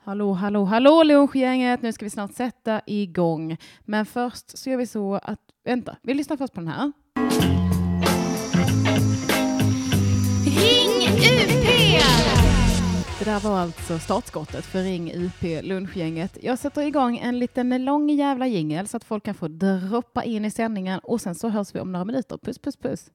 Hallå lunchgänget, nu ska vi snart sätta igång. Men först så gör vi så att, vänta, vi lyssnar först på den här. Ring UP! Det där var alltså startskottet för Ring UP lunchgänget. Jag sätter igång en liten lång jävla jingle så att folk kan få droppa in i sändningen och sen så hörs vi om några minuter. Puss.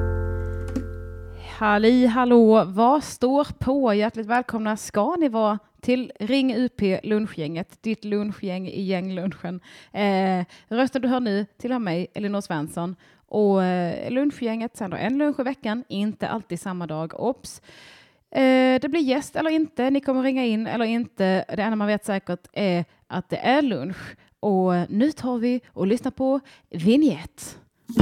Hallå, vad står på? Hjärtligt välkomna ska ni vara till Ring UP lunchgänget, ditt lunchgäng i gänglunchen. Rösten du hör nu tillhör mig, Elinor Svensson. Och lunchgänget sänder en lunch i veckan, inte alltid samma dag. Ops. Det blir gäst eller inte, ni kommer ringa in eller inte. Det enda man vet säkert är att det är lunch. Och nu tar vi och lyssnar på Vignett.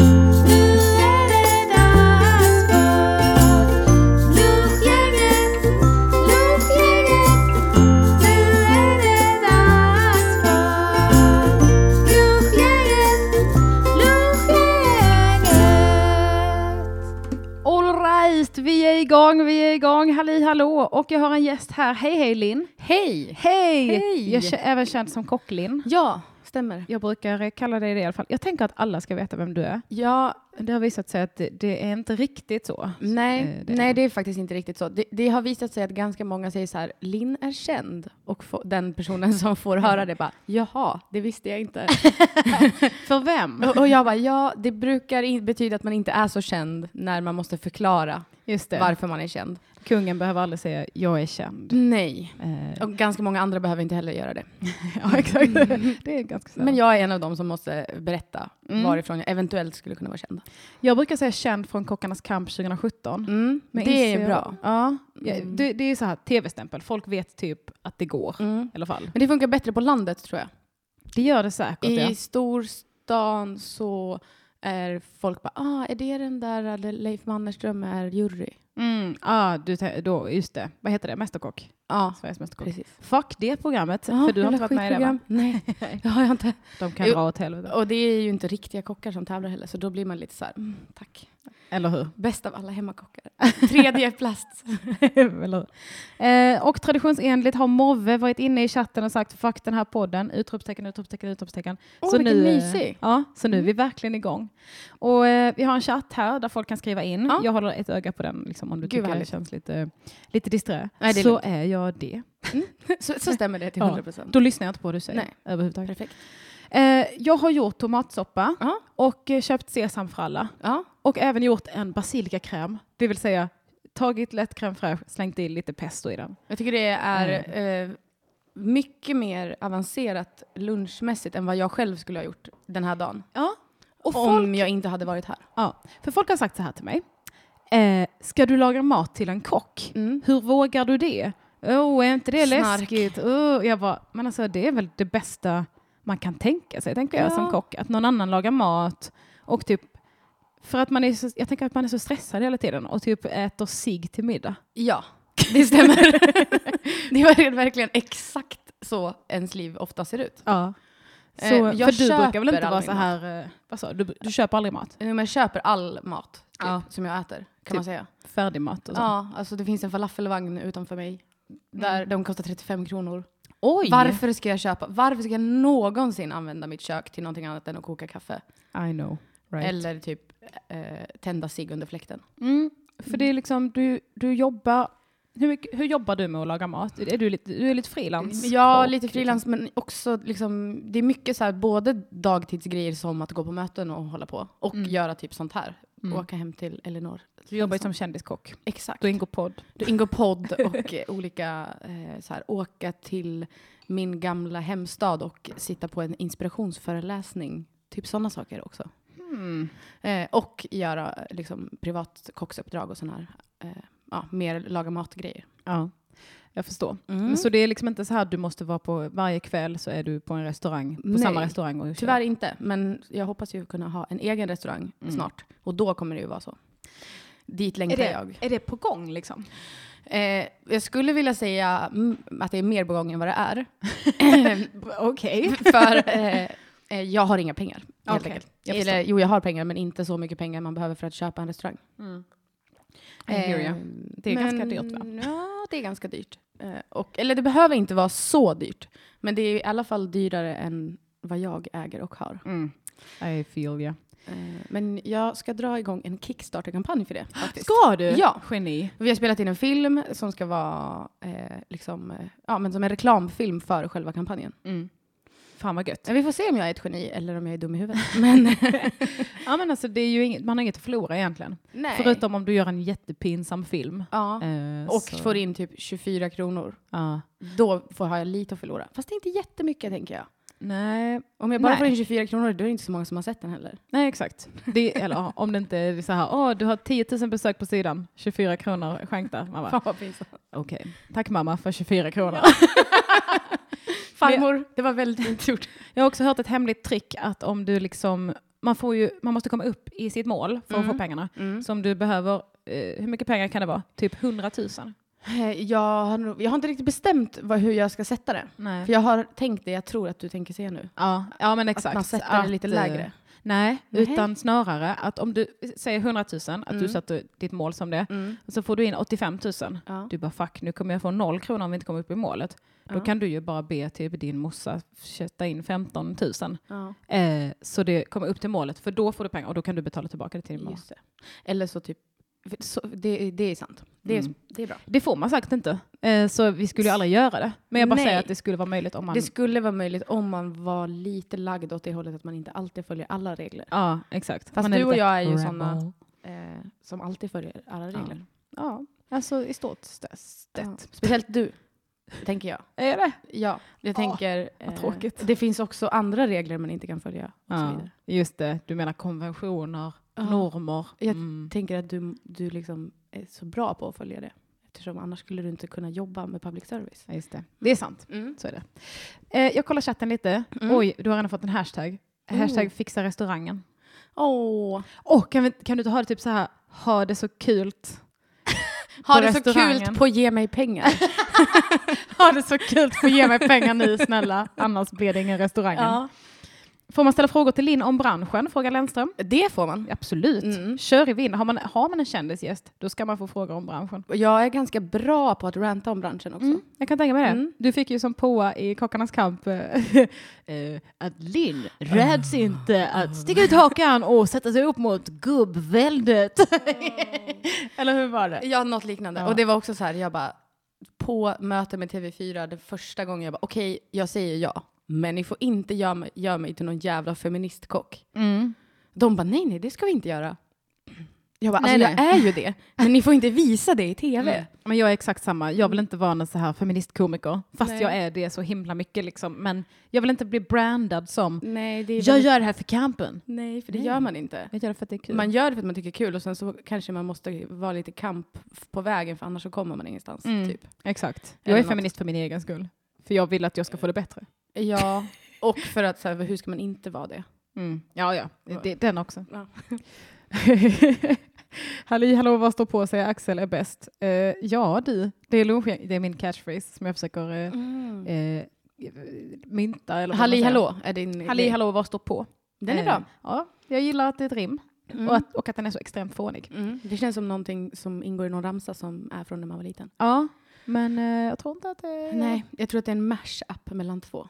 Vi är igång, halli hallå. Och jag har en gäst här. Hej Linn. Hej! Jag är även känd som Kock-Linn. Ja, stämmer. Jag brukar kalla dig det i alla fall. Jag tänker att alla ska veta vem du är. Ja. Det har visat sig att det är inte riktigt så. Nej, det är faktiskt inte riktigt så. Det har visat sig att ganska många säger så här, Linn är känd. Och den personen som får höra det bara, jaha, det visste jag inte. För vem? Och jag bara, ja, det brukar betyda att man inte är så känd när man måste förklara varför man är känd. Kungen behöver aldrig säga, jag är känd. Nej. Och ganska många andra behöver inte heller göra det. Ja, exakt. Det är ganska så. Men jag är en av dem som måste berätta varifrån jag eventuellt skulle kunna vara känd. Jag brukar säga känd från Kockarnas kamp 2017. Det är bra. Ja, det är så här tv-stämpel. Folk vet typ att det går i alla fall. Men det funkar bättre på landet tror jag. Det gör det säkert. I storstan så är folk bara, är det den där Leif Mannerström är jury? Just det. Vad heter det? Mästerkock? Ja, Sveriges Mästerkock. Precis. Fuck det programmet. För du har inte varit med i det, va? Nej, det har jag inte. De kan dra åt helvete. Och det är ju inte riktiga kockar som tävlar heller. Så då blir man lite så här, tack. Eller hur? Bäst av alla hemmakockar. 3D plast. Eller hur? Och traditionsenligt har Morve varit inne i chatten och sagt fuck den här podden. Utropstecken. Så vilken mysig. Ja, så nu är vi verkligen igång. Och vi har en chatt här där folk kan skriva in. Ja. Jag håller ett öga på den liksom, om du tycker det känns lite disträ. Nej, så lugnt. Är jag det. Så stämmer det till 100%. Då lyssnar jag inte på vad du säger. Nej. Överhuvudtaget. Perfekt. Jag har gjort tomatsoppa och köpt sesamfralla. Och även gjort en basilikakräm. Det vill säga tagit lätt crème fraîche, slängt i lite pesto i den. Jag tycker det är mycket mer avancerat lunchmässigt än vad jag själv skulle ha gjort den här dagen. Ja. Och om jag inte hade varit här. Ja, för folk har sagt så här till mig. Ska du laga mat till en kock? Hur vågar du det? Är inte det läskigt? Jag bara, men alltså det är väl det bästa man kan tänka sig, tänker jag som kock. Att någon annan lagar mat och typ för att jag tänker att man är så stressad hela tiden och typ äter sig till middag. Ja, det stämmer. Det var verkligen exakt så ens liv ofta ser ut. Ja. Så, för du brukar väl inte vara så här... Vad sa du köper aldrig mat? Men jag köper all mat som jag äter, kan man säga. Färdig mat och så. Ja, alltså det finns en falafelvagn utanför mig. Där de kostar 35 kronor. Oj! Varför ska jag någonsin använda mitt kök till någonting annat än att koka kaffe? I know. Right. Eller typ tända sig under fläkten. För det är liksom, du jobbar... Hur jobbar du med att laga mat? Du är lite frilans? Ja, lite frilans, men också liksom, det är mycket så här, både dagtidsgrejer som att gå på möten och hålla på. Och göra typ sånt här. Åka hem till Elinor. Du jobbar ju som kändiskock. Exakt. Du ingår podd och olika så här, åka till min gamla hemstad och sitta på en inspirationsföreläsning. Typ sådana saker också. Och göra liksom privat kocksuppdrag och sådana här mer laga matgrejer. Ja, jag förstår. Men så det är liksom inte så här du måste vara på varje kväll så är du på en restaurang, på samma restaurang. Och tyvärr inte, men jag hoppas ju kunna ha en egen restaurang snart. Och då kommer det ju vara så. Dit längtar jag. Är det på gång liksom? Jag skulle vilja säga att det är mer på gång än vad det är. Okej. För jag har inga pengar, helt enkelt. Jag har pengar, men inte så mycket pengar man behöver för att köpa en restaurang. Det är ganska dyrt, va? Ja, det är ganska dyrt. Eller det behöver inte vara så dyrt. Men det är i alla fall dyrare än vad jag äger och har. I feel you. Men jag ska dra igång en Kickstarter-kampanj för det. Faktiskt. Ska du? Ja. Geni. Vi har spelat in en film som ska vara men som en reklamfilm för själva kampanjen. Fan vad gött. Men vi får se om jag är ett geni eller om jag är dum i huvudet. Men Ja, men alltså det är ju man har inget att förlora egentligen. nej. Förutom om du gör en jättepinsam film. Ja. Och så. får in typ 24 kronor. Ja. Då har jag lite att förlora. Fast det är inte jättemycket, tänker jag. Nej. Om jag bara Nej. får in 24 kronor, då är det inte så många som har sett den heller. Nej, exakt. Eller ja, om det inte är så här, du har 10 000 besök på sidan, 24 kronor skänkta. Man bara, Fan vad pinsamt. okej. Tack mamma för 24 kronor. Farmor, det var väldigt fint gjort. Jag har också hört ett hemligt trick att om du liksom, man måste komma upp i sitt mål för att få pengarna. Så om du behöver, hur mycket pengar kan det vara? Typ 100 000. Jag har inte riktigt bestämt hur jag ska sätta det. Nej. För jag har tänkt det jag tror att du tänker se nu. Ja, men exakt. Att man sätter det lite lägre. Nej, utan snarare att om du säger 100 000, att du sätter ditt mål som det, och så får du in 85 000. Ja. Du bara, fuck, nu kommer jag få 0 kronor om vi inte kommer upp i målet. Då kan du ju bara be till din morsa sätta in 15 000. Ja. Så det kommer upp till målet, för då får du pengar och då kan du betala tillbaka det till din mamma. Just det. Eller så typ, det är sant. Det är bra. Det får man sagt inte. Så vi skulle ju aldrig göra det. Men jag bara Nej. säger att det skulle vara möjligt om man... Det skulle vara möjligt om man var lite lagd åt det hållet att man inte alltid följer alla regler. Ja, exakt. Fast man du lite och jag är ju rebel. sådana som alltid följer alla regler. Ja, alltså i stort sett. Ja. Speciellt du, tänker jag. Är det? Ja, jag tänker... vad tråkigt. Det finns också andra regler man inte kan följa. Och så vidare. Just det. Du menar konventioner, normer. Jag tänker att du liksom är så bra på att följa det. Eftersom annars skulle du inte kunna jobba med public service. Ja, just det. Det är sant. Så är det. Jag kollar chatten lite. Oj, du har redan fått en hashtag. Hashtag fixa restaurangen. Kan du inte ha det typ så här, ha det så kul. Ha det så kul på att ge mig pengar. Ha det så kul på att ge mig pengar nu, snälla. Annars blir det ingen restaurang. Ja. Får man ställa frågor till Linn om branschen? Frågar Lennström. Det får man. Absolut. Kör i vind. Har man en kändisgäst, då ska man få frågor om branschen. Jag är ganska bra på att ranta om branschen också. Jag kan tänka mig det. Du fick ju som påa i Kockarnas kamp att Linn räds inte att sticka ut hakan och sätta sig upp mot gubbväldet. Eller hur var det? Ja, något liknande. Ja. Och det var också så här, jag bara på möte med TV4, det första gången jag bara, okej, jag säger ja. Men ni får inte göra mig till någon jävla feministkock. De bara, nej, det ska vi inte göra. Jag bara, alltså jag är ju det. Men ni får inte visa det i tv. Men jag är exakt samma. Jag vill inte vara en så här feministkomiker. Fast jag är det så himla mycket liksom. Men jag vill inte bli brandad som jag gör det här för kampen. Nej, för det gör man inte. Jag gör det för att det är kul. Man gör det för att man tycker det är kul. Och sen så kanske man måste vara lite kamp på vägen. För annars så kommer man ingenstans. Typ. Exakt. Jag är feminist för min egen skull. För jag vill att jag ska få det bättre. Ja, och för att så här, hur ska man inte vara det? Ja. Den också. Ja. Hallå, vad står på, säger Axel är bäst. Ja, det är lunchgäng. Det är min catchphrase som jag försöker mynta. Eller Hallå är din... Hallå, vad står på? Den är bra. Ja, jag gillar att det är ett rim. Och att den är så extremt fånig. Det känns som någonting som ingår i någon ramsa som är från när man var liten. Ja, men jag tror inte att det är... Nej, jag tror att det är en mash-up mellan två.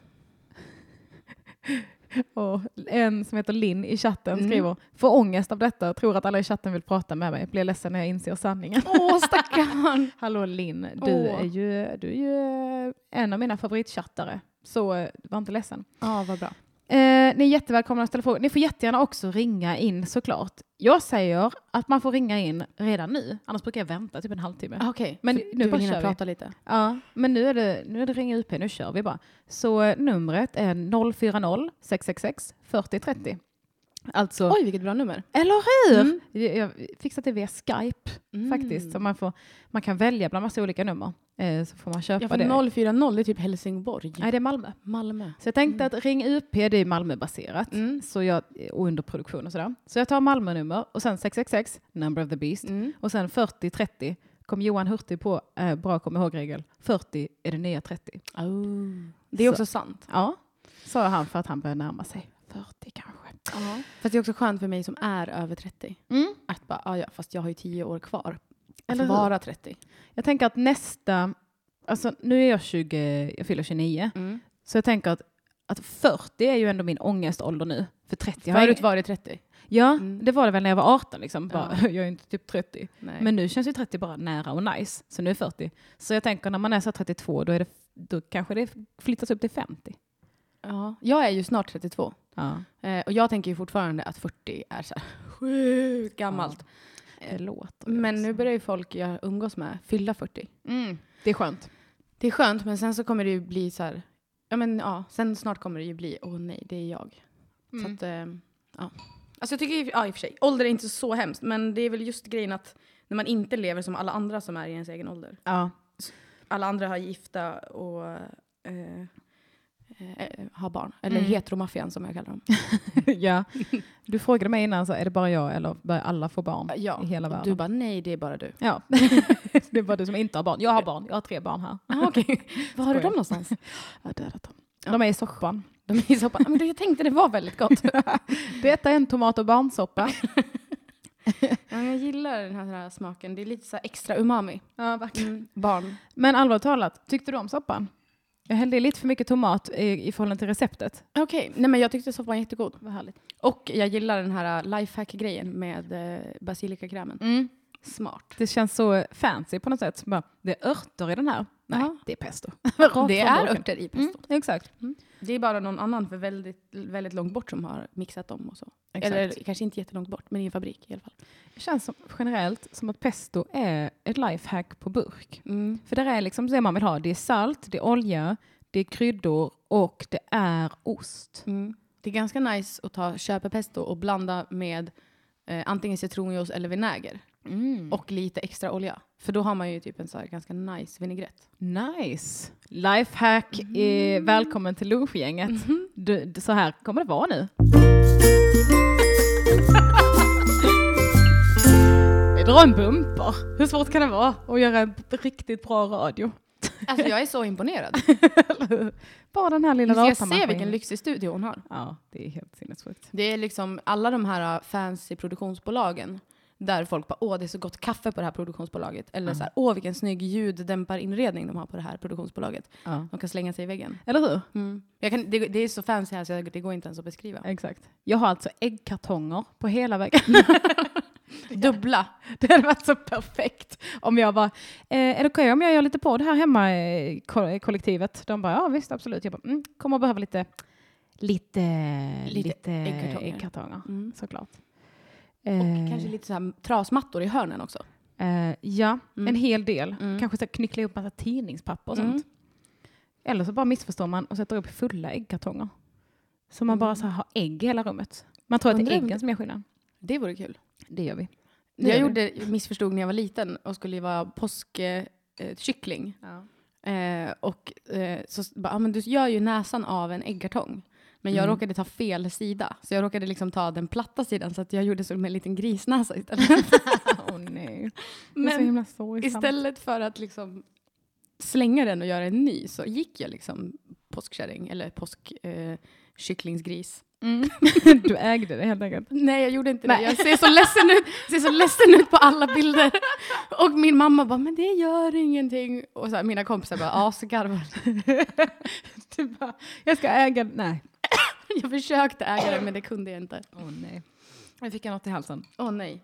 Och en som heter Linn i chatten skriver, får ångest av detta, tror att alla i chatten vill prata med mig, blir ledsen när jag inser sanningen. Stackarn! Hallå Linn, du är ju en av mina favoritchattare, så var inte ledsen. Ja, vad bra. Ni är jättevälkomna att ställa frågor. Ni får jättegärna också ringa in såklart. Jag säger att man får ringa in redan nu. Annars brukar jag vänta typ en halvtimme. Okej, men nu nu bara vill kör vi. prata lite. Ja, men nu är det ringa UP, nu kör vi bara. Så numret är 040 666 40 30. Alltså, oj, vilket bra nummer. Eller hur? Jag fixat det via Skype faktiskt. Så man kan välja bland massa olika nummer. Så får man köpa det. 040, det är typ Helsingborg. Nej, det är Malmö. Så jag tänkte att Ring UP, det är Malmö-baserat. Och under produktion och sådär. Så jag tar Malmö-nummer och sen 666, Number of the Beast. Och sen 40 30. Kom Johan Hurtig på, bra kom ihåg-regel. 40 är det nya 30. Det är också sant. Ja, sa han för att han börjar närma sig 40 kanske. Fast det är också skönt för mig som är över 30. Att bara, fast jag har ju 10 år kvar. Att vara 30. Jag tänker att alltså nu är jag jag fyller 29. Så jag tänker att 40 är ju ändå min ångestålder nu. För 30 Förut var det 30. Ja, det var det väl när jag var 18 liksom. Bara, jag är inte typ 30. Nej. Men nu känns ju 30 bara nära och nice. Så nu är 40. Så jag tänker när man är så 32 då kanske det flyttas upp till 50. Ja, jag är ju snart 32. Ja. Och jag tänker ju fortfarande att 40 är så här sjukt gammalt. Det låter Men också. nu börjar ju folk jag umgås med fylla 40. Det är skönt. Det är skönt, men sen så kommer det ju bli så här... sen snart kommer det ju bli, nej, det är jag. Så att, ja. Alltså jag tycker, i och för sig, ålder är inte så hemskt. Men det är väl just grejen att när man inte lever som alla andra som är i ens egen ålder. Ja. Alla andra har gifta och har barn. Eller heteromaffian som jag kallar dem. Ja. Du frågade mig innan, så är det bara jag eller börjar alla få barn i hela världen? Du bara, nej, det är bara du. Ja, det är bara du som inte har barn. Jag har barn, jag har 3 barn här. Okej. Var har du dem någonstans? Jag har dödat dem. De är i soppan. De är i soppan. Men jag tänkte det var väldigt gott. Detta är en tomat- och barnsoppa. Ja, jag gillar den här smaken. Det är lite så här extra umami. Ja, verkligen. Barn. Men allvarligt talat, tyckte du om soppan? Jag hällde lite för mycket tomat i förhållande till receptet. Okej. Nej, men jag tyckte soppan var jättegod. Vad härligt. Och jag gillar den här lifehack-grejen med basilikakrämen. Smart. Det känns så fancy på något sätt. Bara, det är örter i den här. Nej, Ja. det är pesto. Det är örter i pesto. Exakt. Det är bara någon annan för väldigt, väldigt långt bort som har mixat dem och så. Exakt. Eller kanske inte jättelångt bort, men i en fabrik i alla fall. Det känns generellt som att pesto är ett lifehack på burk. För där är liksom det man vill ha. Det är salt, det är olja, det är kryddor och det är ost. Det är ganska nice att köpa pesto och blanda med antingen citronjuice eller vinäger. Och lite extra olja. För då har man ju typ en så här ganska nice vinägrett. Nice. Lifehack. Välkommen till lunchgänget. Så här kommer det vara nu. Vi drar en bumper. Hur svårt kan det vara att göra en riktigt bra radio? Alltså jag är så imponerad. Bara den här lilla jag datamaskinen. ser vilken lyxig studio hon har. Ja, det är helt sinnessjukt. Det är liksom alla de här fancy produktionsbolagen. Där folk bara, det är så gott kaffe på det här produktionsbolaget. Eller så här, vilken snygg ljuddämparinredning de har på det här produktionsbolaget. Ja. De kan slänga sig i väggen. Eller hur? Det är så fancy här så det går inte ens att beskriva. Exakt. Jag har alltså äggkartonger på hela väggen. Dubbla. Det hade varit så perfekt om jag bara, är det okej om jag gör lite podd här hemma i kollektivet? De bara, ja visst, absolut. Jag bara, kommer att behöva lite äggkartonger. Såklart. Och kanske lite så här trasmattor i hörnen också. En hel del. Kanske så knyckla ihop massa tidningspapper och sånt. Eller så bara missförstår man och sätter upp fulla äggkartonger. Så man bara så här har ägg i hela rummet. Man tror att det är äggen som gör skillnad. Det vore kul. Det gör vi. Jag missförstod när jag var liten och skulle vara påskkyckling. Så bara, men du gör ju näsan av en äggkartong. Men jag råkade ta fel sida. Så jag råkade liksom ta den platta sidan. Så att jag gjorde som en liten grisnäsa istället. Nej. Men istället för att liksom slänga den och göra en ny. Så gick jag liksom påskkärring. Eller påskkycklingsgris. Du ägde det helt enkelt. Nej, jag gjorde inte det. Jag ser så ledsen ut på alla bilder. Och min mamma bara, men det gör ingenting. Och så här, mina kompisar bara, så garvar. Du bara, jag ska äga. Nej. Jag försökte äga det, men det kunde jag inte. Nej. Jag fick något i halsen. Nej.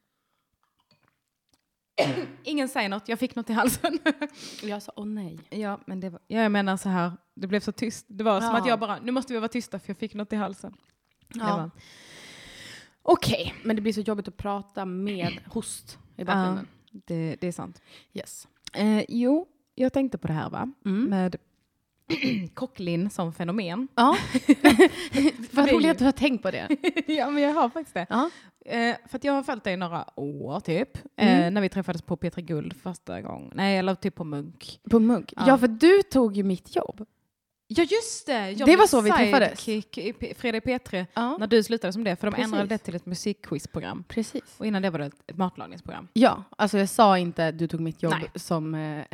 Ingen säger något, jag fick något i halsen. Jag sa, nej. Ja, men det var, jag menar så här, det blev så tyst. Det var som att jag bara, nu måste vi vara tysta för jag fick något i halsen. Ja. Okej. Men det blir så jobbigt att prata med host i bakgrunden. Det är sant. Yes. Jo, jag tänkte på det här med Cochlin som fenomen. Ja. Vad roligt att du har tänkt på det. Ja, men jag har faktiskt det. Ja. För att jag har följt dig några år typ. När vi träffades på Petra Guld första gången. Nej, eller typ på Munk. På Munk? Ja, för du tog ju mitt jobb. Ja, just det. Det var så vi träffades. Fredrik P3. När du slutade som det. För de ändrade det till ett musikquizprogram. Precis. Och innan det var det ett matlagningsprogram. Ja, alltså jag sa inte du tog mitt jobb som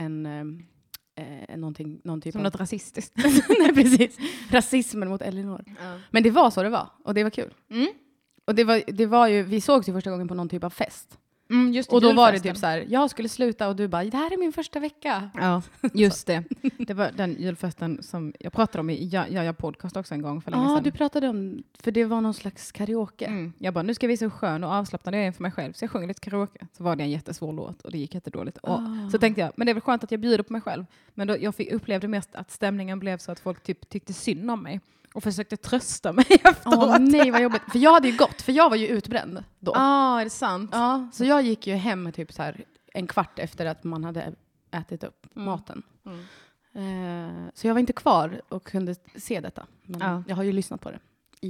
någon typ som av... något rasistiskt. Nej, precis. Rasismen mot Elinor. Men det var så det var. Och det var kul. Och det var ju, vi sågs ju första gången på någon typ av fest. Just Och då var det julfesten. typ så här, jag skulle sluta och du bara, det här är min första vecka. Ja, just det. Det var den julfesten som jag pratade om i jag podcast också en gång för länge Ja, sedan. du pratade om, för det var någon slags karaoke. Jag bara, nu ska jag visa hur skön och avslappnad jag är för mig själv. Så jag sjöng lite karaoke. Så var det en jättesvår låt och det gick jättedåligt. Så tänkte jag, men det är väl skönt att jag bjuder på mig själv. Men då, upplevde mest att stämningen blev så att folk typ tyckte synd om mig. Och försökte trösta mig efteråt. Nej, vad jobbigt. För jag hade ju gått, för jag var ju utbränd då. Är det sant? Ja, så jag gick ju hem typ så här en kvart efter att man hade ätit upp maten. Så jag var inte kvar och kunde se detta. Men jag har ju lyssnat på det.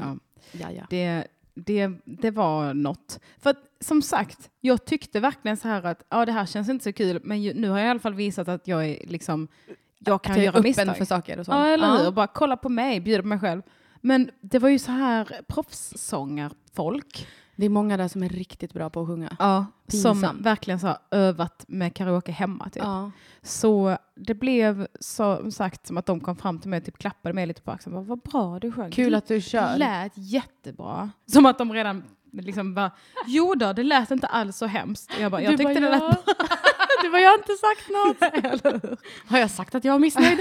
Det var något. För att, som sagt, jag tyckte verkligen så här att det här känns inte så kul. Men nu har jag i alla fall visat att jag är liksom... Jag kan göra misstag för saker och så. Ja, eller hur? Bara kolla på mig, bjuda på mig själv. Men det var ju så här proffssångarfolk. Det är många där som är riktigt bra på att sjunga. Ja, Pinsamt. som verkligen så har övat med karaoke hemma typ. Ja. Så det blev som sagt som att de kom fram till mig och typ klappade mig lite på axeln. Vad bra du sjöng. Kul att du kör. Det lät jättebra. Som att de redan liksom bara, jo då, det lät inte alls så hemskt. Jag tyckte det lät bra. Du bara, jag har inte sagt något. Har jag sagt att jag var missnöjd?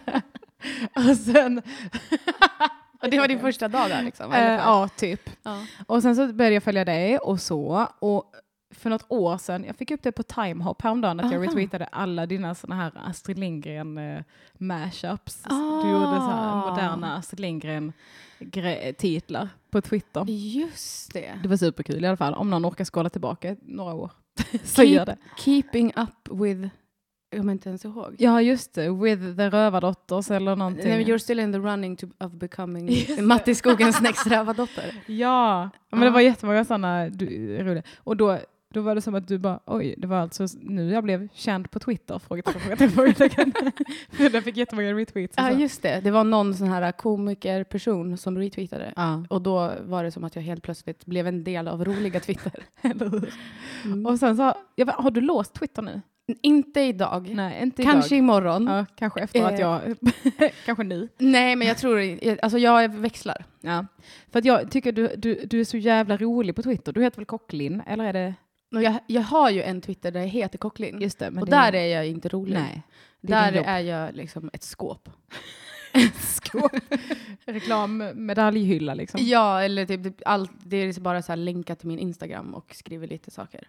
Och sen... Och det var din första dag där liksom? Ja, typ. Ja. Och sen så började jag följa dig och så. Och för något år sedan, jag fick upp det på Timehop häromdagen att jag retweetade alla dina såna här Astrid Lindgren mashups. Du gjorde så här moderna Astrid Lindgren titlar på Twitter. Just det. Det var superkul i alla fall. Om någon orkar skåla tillbaka några år så gör det. Keeping up with... Jag kommer inte ens ihåg. Ja, just det. With the Rövardotters eller någonting. Nej, you're still in the running of becoming Matti Skogens next Rövardotter. Ja, men det var jättemånga sådana roliga. Och då var det som att du bara, oj, det var alltså nu jag blev känd på Twitter. Frågetecken. För jag fick jättemånga retweets. Ja, just det. Det var någon sån här komikerperson som retweetade. Ja. Och då var det som att jag helt plötsligt blev en del av roliga Twitter. Eller hur? Och sen så, har du låst Twitter nu? Inte idag. Nej, inte kanske idag. imorgon. Ja, kanske efter att jag... kanske nu. Nej, men jag tror... Alltså jag växlar. Ja. För att jag tycker du är så jävla rolig på Twitter. Du heter väl Cocklin? Eller är det... Jag har ju en Twitter där jag heter Cocklin. Just det. Men och det... där är jag inte rolig. Nej. Där är jag liksom ett skåp. Skåp. Reklammedaljhylla liksom. Ja, eller typ allt. Det är bara så här länka till min Instagram och skriver lite saker.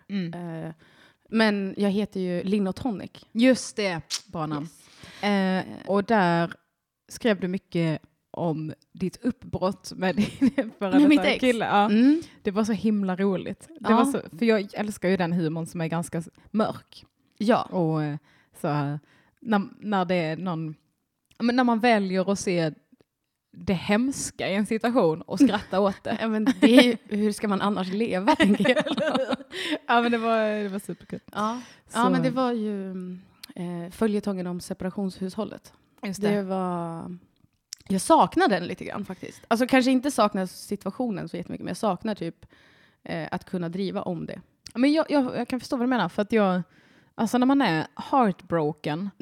Men jag heter ju Linn och Tonic. Just det, bra namn. Yes. Och där skrev du mycket om ditt uppbrott med din mitt ex. Kille. Ja. Det var så himla roligt. Det var så, för jag älskar ju den humorn som är ganska mörk. Ja. Och så när det är någon... Men när man väljer att se det hemska i en situation och skratta åt det. Ja, men det är ju, hur ska man annars leva, tänker jag. Ja, men det var superkul. Ja, men det var ju följetongen om separationshushållet. Just det var... Jag saknar den lite grann faktiskt. Alltså kanske inte saknar situationen så jättemycket, men jag saknar typ att kunna driva om det. Men jag kan förstå vad du menar, för att alltså när man är heartbroken,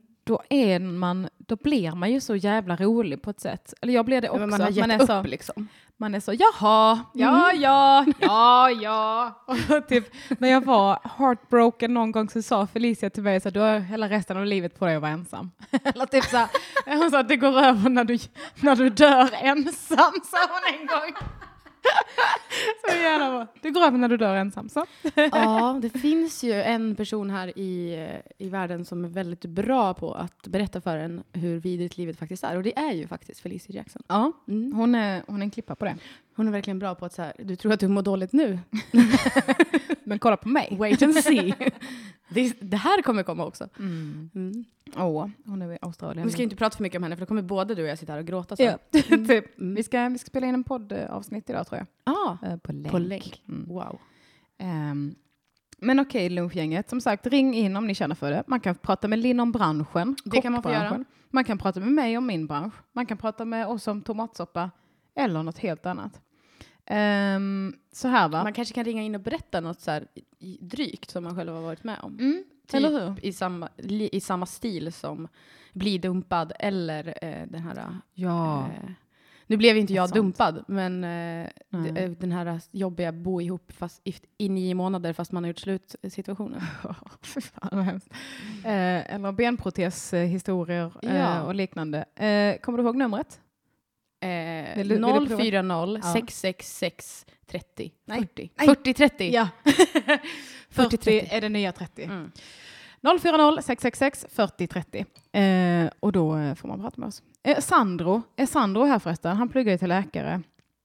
då blir man ju så jävla rolig på ett sätt. Eller jag blir det också. Men man har gett upp liksom. Man är så, jaha, ja. Och typ, när jag var heartbroken någon gång så sa Felicia till mig så du har hela resten av livet på dig att vara ensam. Eller typ så här, hon sa att det går över när du dör ensam, sa hon en gång. Så gärna var. Det går över när du dör ensam. Så. Ja, det finns ju en person här i världen som är väldigt bra på att berätta för en hur vidrigt livet faktiskt är. Och det är ju faktiskt Felicia Jackson. Ja, hon är en klippa på det. Hon är verkligen bra på att så här, du tror att du mår dåligt nu. Men kolla på mig. Wait and see. Det här kommer komma också. Hon är i Australien. Vi ska inte prata för mycket om henne, för då kommer både du och jag sitta här och gråta. Så. Ja, typ. Vi ska spela in en poddavsnitt idag, tror jag. På länk. Wow. Men okej, lunchgänget. Som sagt, ring in om ni känner för det. Man kan prata med Linn om branschen. Det kan man få göra. Man kan prata med mig om min bransch. Man kan prata med oss om tomatsoppa. Eller något helt annat. Så här, va? Man kanske kan ringa in och berätta något så här drygt som man själv har varit med om. Typ eller hur? I samma stil som bli dumpad eller den här... Ja. Nu blev inte jag Sånt. dumpad, men den här jobbiga bo ihop fast i 9 månader fast man har gjort slut situationen. Fy fan vad hemskt. Eller benproteshistorier och liknande. Kommer du ihåg numret? 040 666 30 Nej. 40. 40 30. Ja. 40 är det nya 30. 040 666 40 30. Och då får man prata med oss. Sandro här förresten. Han pluggar ju till läkare.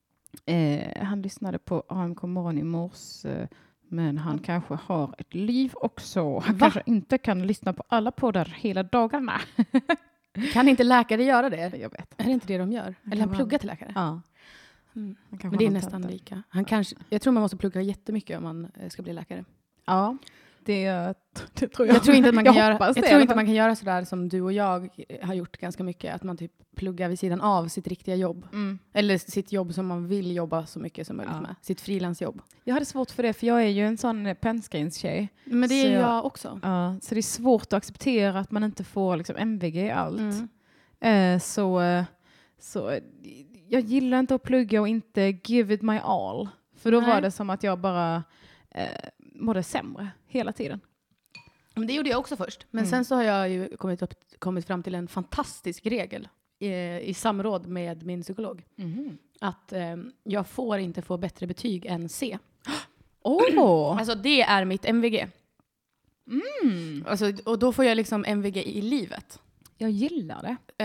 Han lyssnade på AMK morgon i morse. Men han kanske har ett liv också. Han kanske inte kan lyssna på alla poddar hela dagarna. Kan inte läkare göra det? Jag vet. Är det inte det de gör? Eller han pluggar till läkare? Ja. Men det är nästan lika. Jag tror man måste plugga jättemycket om man ska bli läkare. Ja, det tror jag. Jag tror inte att man kan jag man kan göra sådär som du och jag har gjort ganska mycket. Att man typ pluggar vid sidan av sitt riktiga jobb. Eller sitt jobb som man vill jobba så mycket som möjligt med. Sitt frilansjobb. Jag hade svårt för det, för jag är ju en sån pennskrinstjej. Men det är jag också. Ja, så det är svårt att acceptera att man inte får liksom MVG i allt. Så jag gillar inte att plugga och inte give it my all. För då var det som att jag bara mådde sämre hela tiden. Men det gjorde jag också först. Men sen så har jag ju kommit fram till en fantastisk regel i samråd med min psykolog. Att jag får inte få bättre betyg än C. Alltså det är mitt MVG. Alltså, och då får jag liksom MVG i livet. Jag gillar det.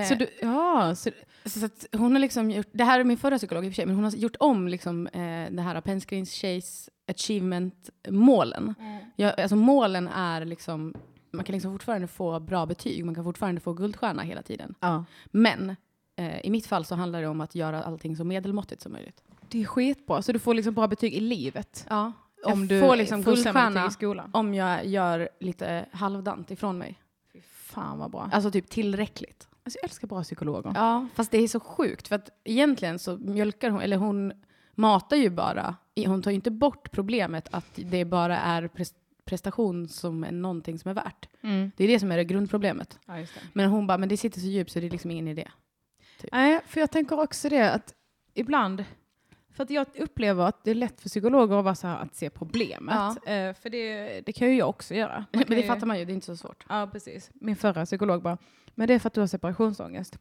Så att hon har liksom gjort, det här är min förra psykolog i och för sig, men hon har gjort om liksom det här Penskrins Chase achievement-målen. Alltså målen är liksom, man kan liksom fortfarande få bra betyg, man kan fortfarande få guldstjärna hela tiden. Men i mitt fall så handlar det om att göra allting så medelmåttigt som möjligt. Det är skitbra, så du får liksom bra betyg i livet. Ja, om du får liksom guldstjärna i skolan. Om jag gör lite halvdant ifrån mig. Fan vad bra. Alltså typ tillräckligt. Alltså jag älskar bra psykologer. Ja, fast det är så sjukt. För att egentligen så mjölkar hon, eller hon matar ju bara. Hon tar ju inte bort problemet att det bara är prestation som är någonting som är värt. Det är det som är det grundproblemet. Ja, just det. Men hon bara, men det sitter så djupt så det är liksom ingen idé. Typ. Nej, för jag tänker också det att ibland, för att jag upplever att det är lätt för psykologer att vara så här, att se problemet. För det kan ju jag också göra. Men det fattar man ju, det är inte så svårt. Ja, precis. Min förra psykolog bara, men det är för att du har separationsångest.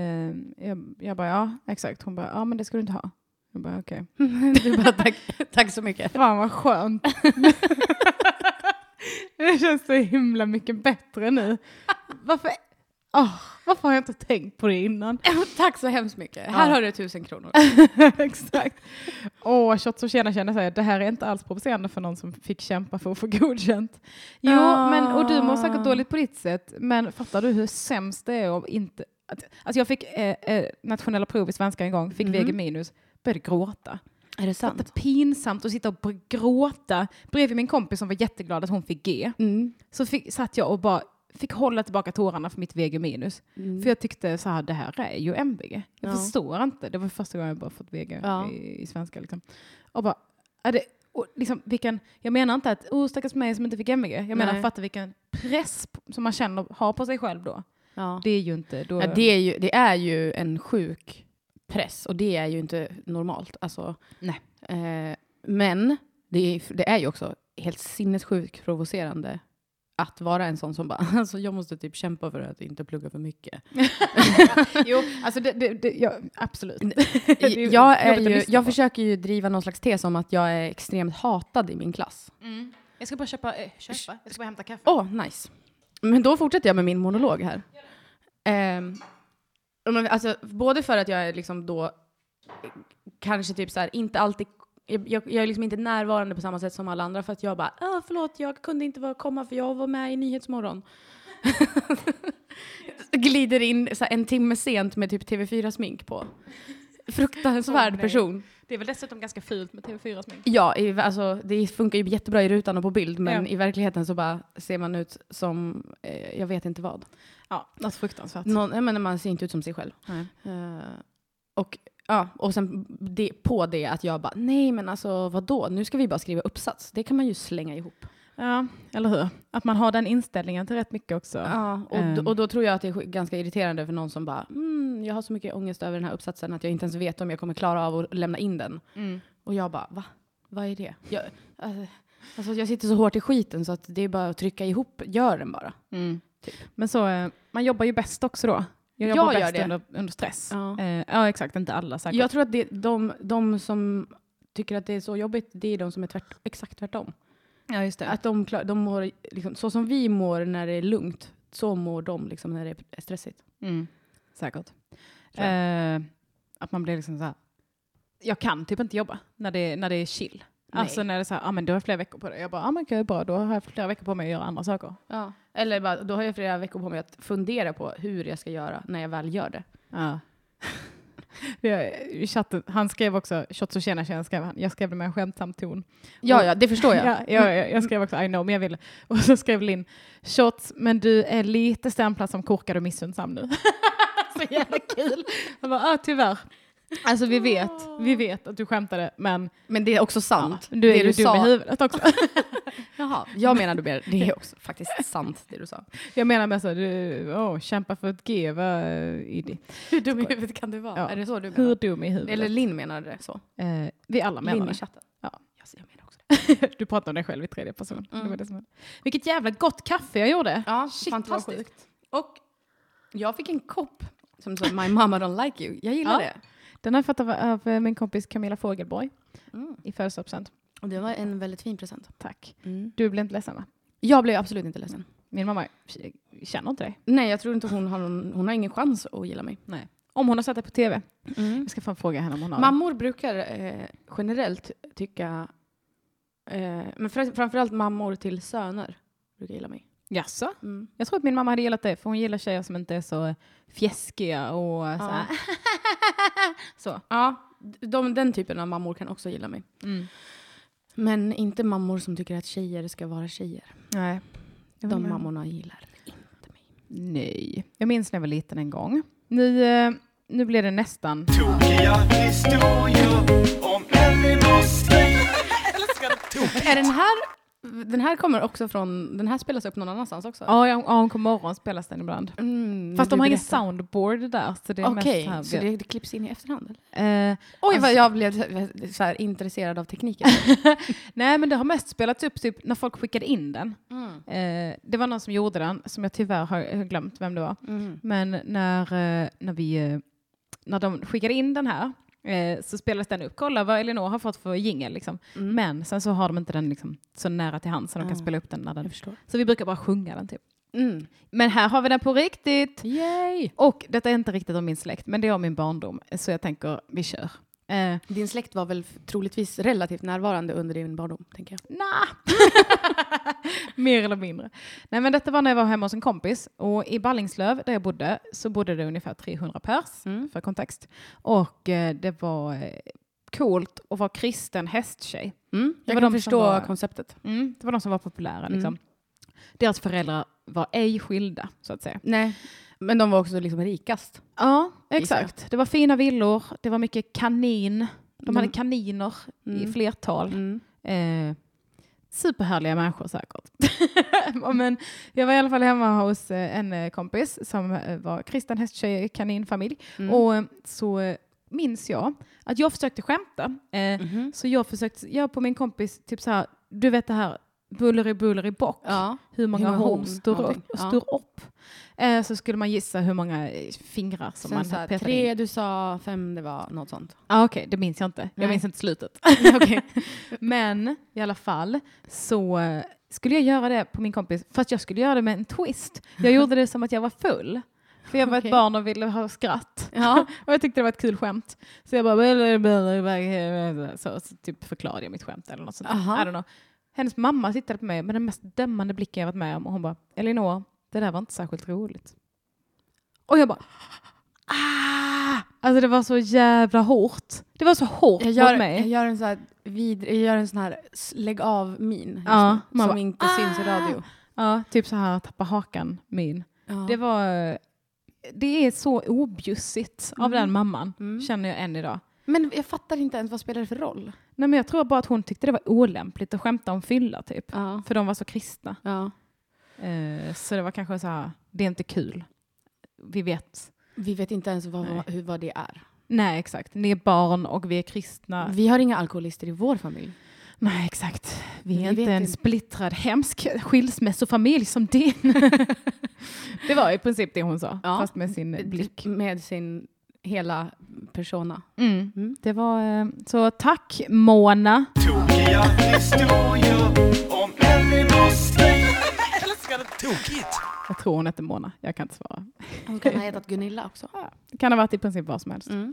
Jag bara, ja, exakt. Hon bara, ja men det ska du inte ha. Jag bara, okej. Du bara, tack så mycket. Fan vad skönt. Det känns så himla mycket bättre nu. Varför har jag inte tänkt på det innan? Tack så hemskt mycket. Här har du 1000 kronor. Exakt. Shots och känner säger det här är inte alls provocerande för någon som fick kämpa för att få godkänt. Jo, och du mår säkert dåligt på ditt sätt. Men fattar du hur sämst det är att inte... Alltså jag fick nationella prov i svenska en gång. Fick VG minus. Började gråta. Är det sant? Det är pinsamt att sitta och gråta. Bredvid min kompis som var jätteglad att hon fick G. Så satt jag och bara... fick hålla tillbaka tårarna för mitt VG minus. För jag tyckte så här, det här är ju MVG. Jag förstår inte. Det var första gången jag bara fått VG i svenska. Liksom. Och bara, liksom, jag menar inte att stackars mig som inte fick MVG. Jag menar fatta vilken press som man känner har på sig själv då. Ja. Det är ju inte... Då... Ja, det är ju en sjuk press. Och det är ju inte normalt. Alltså, nej. Men det är ju också helt sinnessjukt provocerande att vara en sån som bara, alltså jag måste typ kämpa för att inte plugga för mycket. Jo, alltså ja, absolut. Jag försöker ju driva någon slags tes om att jag är extremt hatad i min klass. Jag ska bara köpa. Jag ska bara hämta kaffe. Nice. Men då fortsätter jag med min monolog här. Alltså, både för att jag är liksom då kanske typ så här, inte alltid jag är liksom inte närvarande på samma sätt som alla andra för att jag bara, förlåt, jag kunde inte komma för jag var med i Nyhetsmorgon. Glider in så här, en timme sent med typ TV4-smink på. Fruktansvärd person. Det är väl dessutom ganska fult med TV4-smink. Ja, alltså, det funkar ju jättebra i rutan och på bild, men i verkligheten så bara ser man ut som, jag vet inte vad. Ja, något fruktansvärt. Men man ser inte ut som sig själv. Och sen på det att jag bara, nej men alltså vadå, nu ska vi bara skriva uppsats. Det kan man ju slänga ihop. Ja, eller hur? Att man har den inställningen till rätt mycket också. Ja, och då tror jag att det är ganska irriterande för någon som bara, jag har så mycket ångest över den här uppsatsen att jag inte ens vet om jag kommer klara av att lämna in den. Och jag bara, va? Vad är det? Jag sitter så hårt i skiten så att det är bara att trycka ihop, gör den bara. Typ. Men så, man jobbar ju bäst också då. Jag jobbar bäst under stress. Ja, exakt. Inte alla säkert. Jag tror att de som tycker att det är så jobbigt, det är de som är exakt tvärtom. Ja, just det. Att de mår liksom, så som vi mår när det är lugnt, så mår de liksom när det är stressigt. Säkert. Att man blir liksom så här, jag kan typ inte jobba när det är chill. Nej. Alltså när det är så här, men du har flera veckor på det. Jag bara, men okej, bra, då har jag flera veckor på mig att göra andra saker. Ja. Eller bara, då har jag flera veckor på mig att fundera på hur jag ska göra när jag väl gör det. Ja. I chatten, han skrev också shots och tjena skrev han. Jag skrev det med en skämtsam ton. Ja, det förstår jag. Jag skrev också I know, men jag vill. Och så skrev Linn, shots, men du är lite stämplad som korkad och missundsam nu. Så jävla kul. Jag bara, tyvärr. Alltså vi vet att du skämtade, men det är också sant. Ja, du är ju dum i huvudet också. Jaha, jag menar mer, det är också faktiskt sant det du sa. Jag menar med så, du kämpa för ett G, hur dum i huvudet kan du vara? Ja. Är det så du menar? Hur dum i huvudet? Eller Linn menade det så. Vi alla menar Linn det. I chatten. Ja. Jag menar också det. Du pratar om dig själv i tredje person. Det var det som... Vilket jävla gott kaffe jag gjorde. Ja, shit, fantastiskt. Och jag fick en kopp som sa My mama don't like you. Jag gillar det. Den har jag fått av min kompis Camilla Fogelborg i födelsedagspresent. Och det var en väldigt fin present. Tack. Du blev inte ledsen, va? Jag blev absolut inte ledsen. Min mamma känner inte dig. Nej, jag tror inte hon har ingen chans att gilla mig. Nej. Om hon har sett det på tv. Jag ska fan fråga henne om hon har. Mammor brukar generellt tycka, men framförallt mammor till söner brukar gilla mig. Jaså? Jag tror att min mamma hade gillat det, för hon gillar tjejer som inte är så fjäskiga och så här. Så. Ja, den typen av mammor kan också gilla mig. Men inte mammor som tycker att tjejer ska vara tjejer. Nej. De mammorna gillar inte mig. Nej. Jag minns när jag var liten en gång. Nu blir det nästan... Tokiga historier om Elinors Är den här kommer också från... Den här spelas upp någon annanstans också? Ja, om på morgon spelas den ibland. Fast de har ingen soundboard där. Så det är mest här. Så det klipps in i efterhand? Vad jag blev så här intresserad av tekniken. Nej, men det har mest spelats upp typ när folk skickade in den. Det var någon som gjorde den, som jag tyvärr har glömt vem det var. Men när de skickade in den här, så spelas den upp. Kolla vad Elinor har fått för jingle liksom. Men sen så har de inte den liksom så nära till hand så de kan spela upp den när den. Så vi brukar bara sjunga den typ. Men här har vi den på riktigt. Yay! Och detta är inte riktigt om min släkt, men det är om min barndom. Så jag tänker, vi kör. Din släkt var väl troligtvis relativt närvarande under din barndom, tänker jag. Mer eller mindre. Nej, men detta var när jag var hemma hos en kompis. Och i Ballingslöv, där jag bodde, så bodde det ungefär 300 pers, för kontext. Och det var coolt att vara kristen hästtjej. Jag kan förstå konceptet. Det var de som var populära. Liksom. Deras föräldrar var ej skilda, så att säga. Nej, men de var också liksom rikast. Ja, exakt. Det var fina villor. Det var mycket kanin. De hade kaniner i flertal. Superhärliga människor säkert. Men jag var i alla fall hemma hos en kompis som var kristen hästtjej, kaninfamilj. Och så minns jag att jag försökte skämta. Så jag försökte göra på min kompis typ så här, du vet det här buller i bock. Ja. Hur många horn står upp. Så skulle man gissa hur många fingrar som sen man så här, petade 3, in. du sa 5, det var något sånt. Okej, det minns jag inte. Jag minns inte slutet. Men i alla fall så skulle jag göra det på min kompis, fast jag skulle göra det med en twist. Jag gjorde det som att jag var full. För jag var ett barn och ville ha skratt. Ja. Och jag tyckte det var ett kul skämt. Så jag bara så typ förklarade jag mitt skämt eller något sånt. I don't know. Hennes mamma tittade på mig med den mest dömande blicken jag varit med om. Och hon bara, Elinor, det där var inte särskilt roligt. Och jag bara, Alltså det var så jävla hårt. Det var så hårt mot mig. Jag gör en sån här lägg av min. Ja, som bara, inte syns i radio. Ja, typ så här tappa hakan min. Ja. Det är så objusigt av den mamman, känner jag än idag. Men jag fattar inte ens vad spelar det för roll. Nej, men jag tror bara att hon tyckte det var olämpligt att skämta om fylla typ. Ja. För de var så kristna. Ja. Så det var kanske så här, det är inte kul. Vi vet inte ens vad det är. Nej, exakt. Ni är barn och vi är kristna. Vi har inga alkoholister i vår familj. Nej, exakt. Vi är Vi inte vet en inte. splittrad, hemsk skilsmässofamilj som din. Det var i princip det hon sa, fast med sin blick. Med sin hela persona. Det var så tack Mona. Tokiga historier om Elinors liv. Tokigt! Jag tror hon heter Mona, jag kan inte svara. Hon kan ha hetat Gunilla också. Det kan ha varit i princip vad som helst. Mm.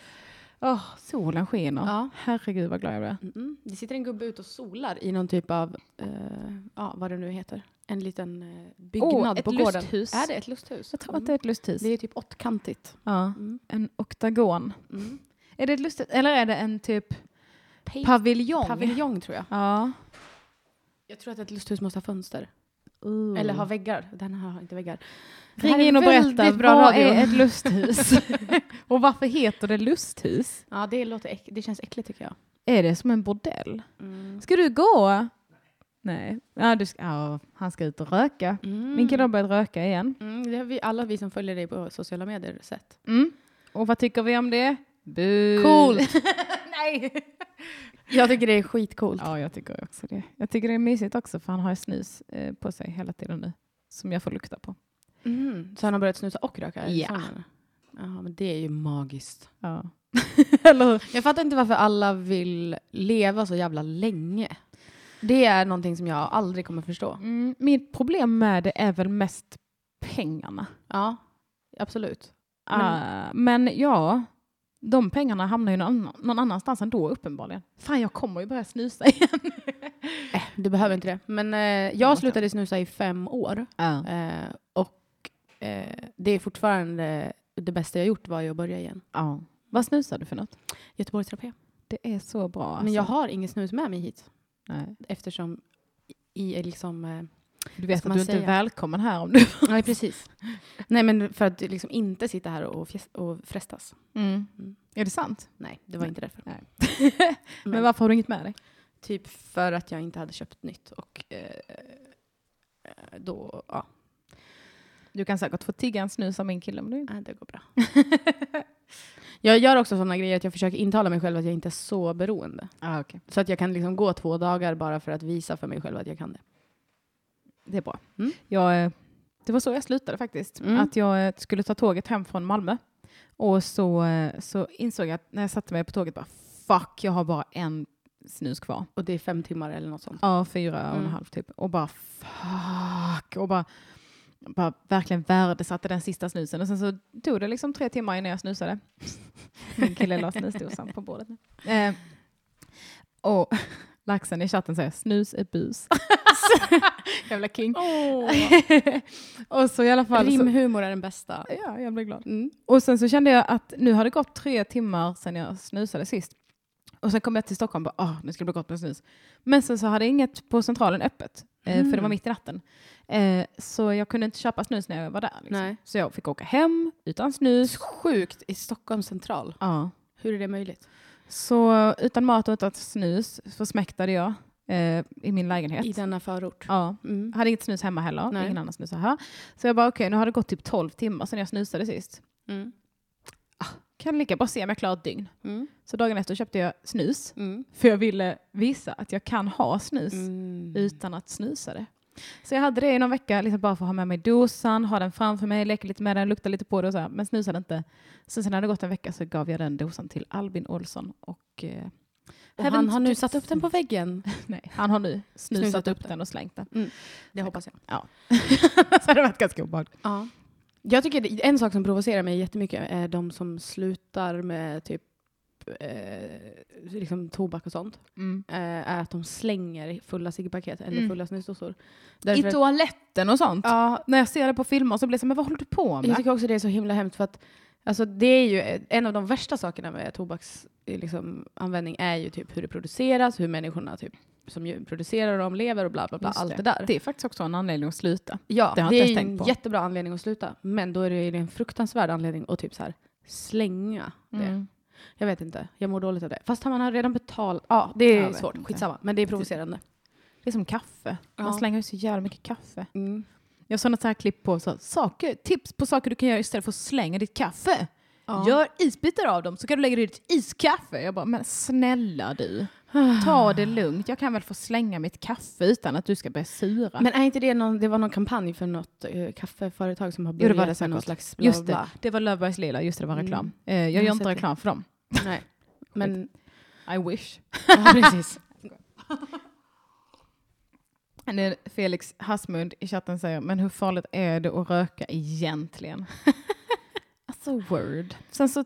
Solen skiner. Ja. Herregud vad glad jag blev. Det sitter en gubbe ut och solar i någon typ av, vad det nu heter. En liten byggnad ett på gården. lusthus. Är det ett lusthus? Jag tror att det är ett lusthus. Det är typ åttkantigt. Ja, en oktagon. Mm. Är det ett lusthus? Eller är det en typ paviljong? Paviljong tror jag. Ja. Jag tror att ett lusthus måste ha fönster. Eller ha väggar. Den har inte väggar. Det Ring här är in och berätta, väldigt bra vad radio. är ett lusthus? Och varför heter det lusthus? Ja, det känns äckligt tycker jag. Är det som en bordell? Ska du gå? Nej. Ja, han ska ut och röka. Min kille har börjat röka igen. Det har alla vi som följer dig på sociala medier sett. Och vad tycker vi om det? Coolt! Nej! Jag tycker det är skitcoolt. Ja, jag tycker också det. Jag tycker det är mysigt också för han har snus på sig hela tiden nu. Som jag får lukta på. Så han har börjat snusa och röka? Ja. Ja, men det är ju magiskt. Ja. Eller hur? Jag fattar inte varför alla vill leva så jävla länge. Det är någonting som jag aldrig kommer förstå. Mitt problem med det är väl mest pengarna. Ja, absolut. Men ja, de pengarna hamnar ju någon annanstans ändå uppenbarligen. Fan, jag kommer ju börja snusa igen. Du behöver inte det. Men jag slutade snusa i 5 år. Och det är fortfarande det bästa jag gjort var ju att börja igen. Ja. Vad snusar du för något? Göteborgsterapi. Det är så bra. Alltså. Men jag har ingen snus med mig hit. Nej. Eftersom i liksom... Du vet ska att man du inte är säga? välkommen här om du... Nej, precis. Nej, men för att liksom inte sitta här och frestas. Är det sant? Nej, det var inte därför. Nej. Men varför har du inget med dig? Typ för att jag inte hade köpt nytt. Och då, ja. Du kan säkert få tigga en snus av min kille om du vill. Det går bra. Jag gör också sådana grejer att jag försöker intala mig själv att jag inte är så beroende. Okay. Så att jag kan liksom gå 2 dagar bara för att visa för mig själv att jag kan det. Det är bra. Det var så jag slutade faktiskt. Att jag skulle ta tåget hem från Malmö. Och så insåg jag att när jag satte mig på tåget bara fuck, jag har bara en snus kvar. Och det är 5 timmar eller något sånt. Ja, 4,5 typ. Och bara fuck. Och bara verkligen värdesatte den sista snusen. Och sen så tog det liksom 3 timmar innan jag snusade. Min kille la snusdosan på bordet. Och laxen i chatten säger snus är bus. Jävla king. Och så i alla fall Rimhumor är den bästa. Ja, jag blev glad. Och sen så kände jag att nu har det gått 3 timmar sedan jag snusade sist. Och sen kom jag till Stockholm och bara, nu ska det bli gott med snus. Men sen så hade inget på centralen öppet. För det var mitt i natten. Så jag kunde inte köpa snus när jag var där. Liksom. Nej. Så jag fick åka hem utan snus. Sjukt i Stockholms central. Ja. Hur är det möjligt? Så utan mat och utan snus så smäktade jag i min lägenhet. I denna förort? Ja. Hade inget snus hemma heller. Nej. Ingen annan snus här. Så jag bara okej, nu har det gått typ 12 timmar sedan jag snusade sist. Kan lika bara se om jag klarar ett dygn. Så dagen efter köpte jag snus. För jag ville visa att jag kan ha snus utan att snusa det. Så jag hade det i någon vecka liksom bara för att ha med mig dosan, ha den framför mig, leka lite med den, lukta lite på det och så här, men snusade inte. Sen när det gått en vecka så gav jag den dosan till Albin Olsson och han har nu satt upp den på väggen. Nej, han har nu snusat upp den och slängt den. Det hoppas jag. Ja. Så det har varit ganska obehagligt. Ja. Jag tycker en sak som provocerar mig jättemycket är de som slutar med typ liksom tobak och sånt. Är att de slänger fulla ciggpaket eller fulla snusdosor. I toaletten och sånt. Ja. När jag ser det på filmer så blir det så, men vad håller du på med? Jag tycker också det är så himla hemskt för att alltså, det är ju en av de värsta sakerna med tobaks liksom, användning är ju typ hur det produceras, hur människorna typ som ju producerar dem lever och bla bla bla, allt det där. Det är faktiskt också en anledning att sluta. Ja, det har det jag är inte en tänkt på. jättebra anledning att sluta. Men då är det en fruktansvärd anledning att typ så här slänga det. Jag vet inte. Jag mår dåligt av det. Fast man har redan betalat. Ja, det är Jag svårt. vet inte. Skitsamma. Men det är provocerande. Det är som kaffe. Man Ja. slänger ju så jävla mycket kaffe. Mm. Jag såg något så här klipp på tips på saker du kan göra istället för att slänga ditt kaffe. Ja. Gör isbitar av dem så kan du lägga det i ditt iskaffe. Jag bara, men snälla du. Ta det lugnt. Jag kan väl få slänga mitt kaffe utan att du ska börja sura. Men är inte det det var någon kampanj för något kaffeföretag som har Jo, börjat det var det med någon säkert. slags bla, Just bla. det var Löfbergs Lila. Just det var reklam. Mm. Jag har gör inte sett reklam för dem. Nej. Men I wish. ja, precis. Felix Hasmund i chatten säger, men hur farligt är det att röka egentligen? Alltså word. Sen så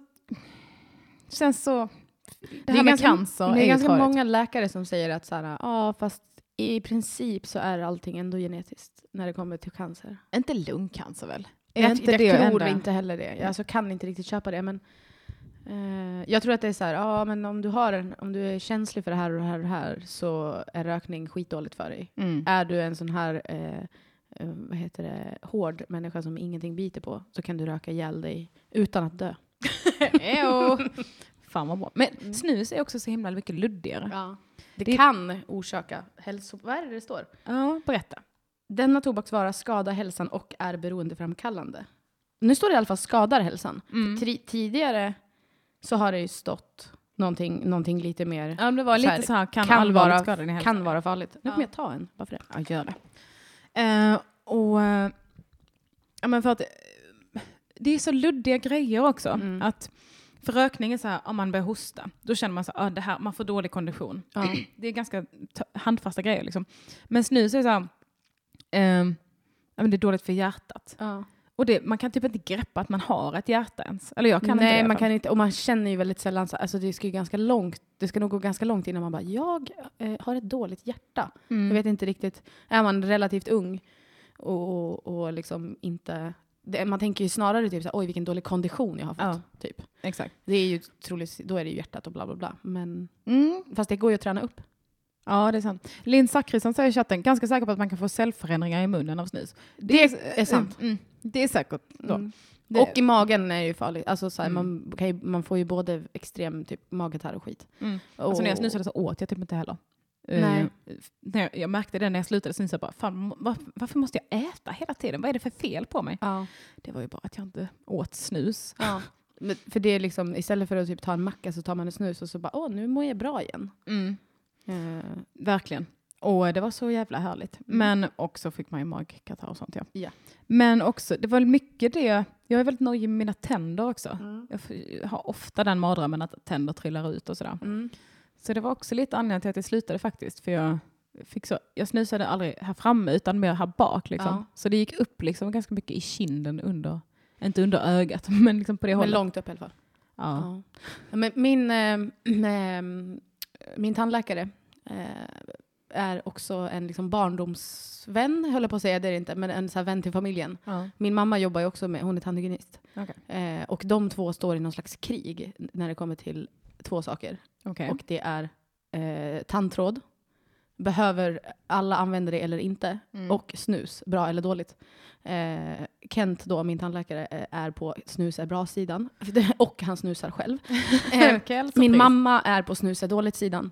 det här med cancer det är ju ganska farligt. många läkare som säger att så här, ja, fast i princip så är allting ändå genetiskt när det kommer till cancer. Inte lungcancer väl? Är Jag inte tror det enda? inte heller det. Jag alltså, kan inte riktigt köpa det, men jag tror att det är så här, ja, men om du är känslig för det här och det här och det här så är rökning skitdåligt för dig. Mm. Är du en sån här hård människa som ingenting biter på så kan du röka ihjäl dig utan att dö. Fan vad bra. Men snus är också så himla mycket luddigare. Ja. Det kan orsaka vad är det står? Ja, berätta. Denna tobaksvara skadar hälsan och är beroendeframkallande. Nu står det i alla fall skadar hälsan. Mm. Tidigare så har det ju stått någonting lite mer. Ja, det var lite så här, kan allvarligt skada din hälsa. Kan vara farligt. Nu Ja. kommer jag ta en, bara för det. Ja, gör det. Ja, men för att det är så luddiga grejer också. Mm. Att för rökning är så här, om man börjar hosta, då känner man så här, det här, man får dålig kondition. Ja. Det är ganska handfasta grejer liksom. Men snus är så här, ja, men det är dåligt för hjärtat. Ja. Och man kan typ inte greppa att man har ett hjärta ens. Eller jag kan inte det. Nej, i alla man fall. kan inte. Och man känner ju väldigt sällan, alltså det ska ju ganska långt. Det ska nog gå ganska långt innan man bara, jag har ett dåligt hjärta. Mm. Jag vet inte riktigt. Är man relativt ung och liksom inte... man tänker ju snarare typ så här, oj vilken dålig kondition jag har fått. Ja. Typ. Exakt. Det är ju troligt, då är det ju hjärtat och bla bla bla. Men, Mm. fast det går ju att träna upp. Ja, det är sant. Linn Zackrisson säger i chatten, ganska säker på att man kan få cellförändringar i munnen av snus. Det är sant. Det är säkert. Då. Mm. Det- Och i magen är det ju farligt. Alltså så här, Mm. man får ju både extrem typ magetär och skit. Mm. Och, Alltså när jag snusade så åt jag typ inte heller. Nej. Jag märkte det när jag slutade snusa. Bara, fan, varför måste jag äta hela tiden? Vad är det för fel på mig? Ja. Det var ju bara att jag inte åt snus. Ja. Men för det är liksom, istället för att typ ta en macka så tar man en snus och så bara, nu mår jag bra igen. Verkligen. Och det var så jävla härligt. Men också fick man ju magkatarr och sånt. Ja. Ja. Men också, det var mycket det. Jag är väldigt nöjd med mina tänder också. Jag har ofta den mardrömmen att tänder trillar ut och sådär. Så det var också lite anledning till att jag slutade faktiskt. För jag snusade aldrig här framme utan mer här bak. Liksom. Ja. Så det gick upp liksom ganska mycket i kinden inte under ögat, men liksom på det Men hållet. långt upp i alla fall. Ja. Ja. Men min tandläkare är också en liksom barndomsvän, höll jag på att säga, det är det inte, men en så här vän till familjen. Ja. Min mamma jobbar ju också hon är tandhygienist. Okay. Och de två står i någon slags krig när det kommer till två saker. Okay. Och det är tandtråd. Behöver alla använda det eller inte? Och snus, bra eller dåligt? Kent då, min tandläkare, är på snus är bra-sidan. Och han snusar själv. Min mamma är på snus är dåligt-sidan.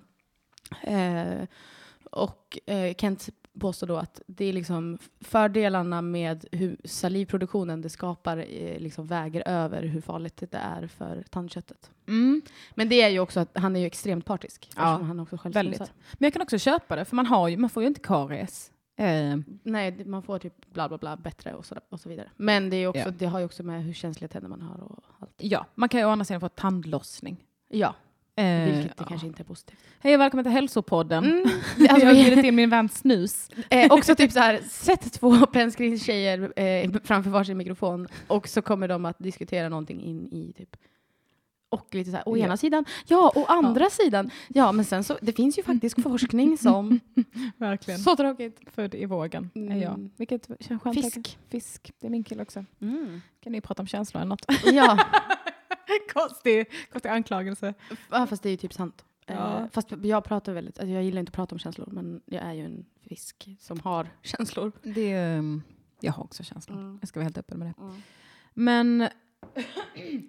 Och Kent påstår då att det är liksom fördelarna med hur salivproduktionen det skapar liksom väger över hur farligt det är för tandköttet. Men det är ju också att han är ju extremt partisk. Ja, han också själv väldigt. snusar. Men jag kan också köpa det, för man får ju inte karies. Nej, man får typ bla bla bla bättre och så vidare. Men det är också, det har ju också med hur känsliga tänder man har och allt. Ja, man kan ju å andra sidan få tandlossning. Ja, vilket det kanske inte är positivt. Hej och välkommen till hälsopodden. Jag Jag har bjudit in min vän Snus. också typ så här, sätt två plenskrinstjejer framför varsin mikrofon och så kommer de att diskutera någonting in i typ. Och lite så här, å ena sidan, ja, å andra sidan. Ja, men sen så, det finns ju faktiskt forskning som... Verkligen. Så tråkigt. Född i vågen är jag. Vilket känns skönt. Fisk. Fisk, det är min kille också. Kan ni prata om känslor eller något? Ja. konstig anklagelse. Ja, fast det är ju typ sant. Ja. Fast jag pratar väldigt, alltså jag gillar inte att prata om känslor, men jag är ju en fisk som har känslor. Jag har också känslor. Jag ska vara helt öppen med det. Men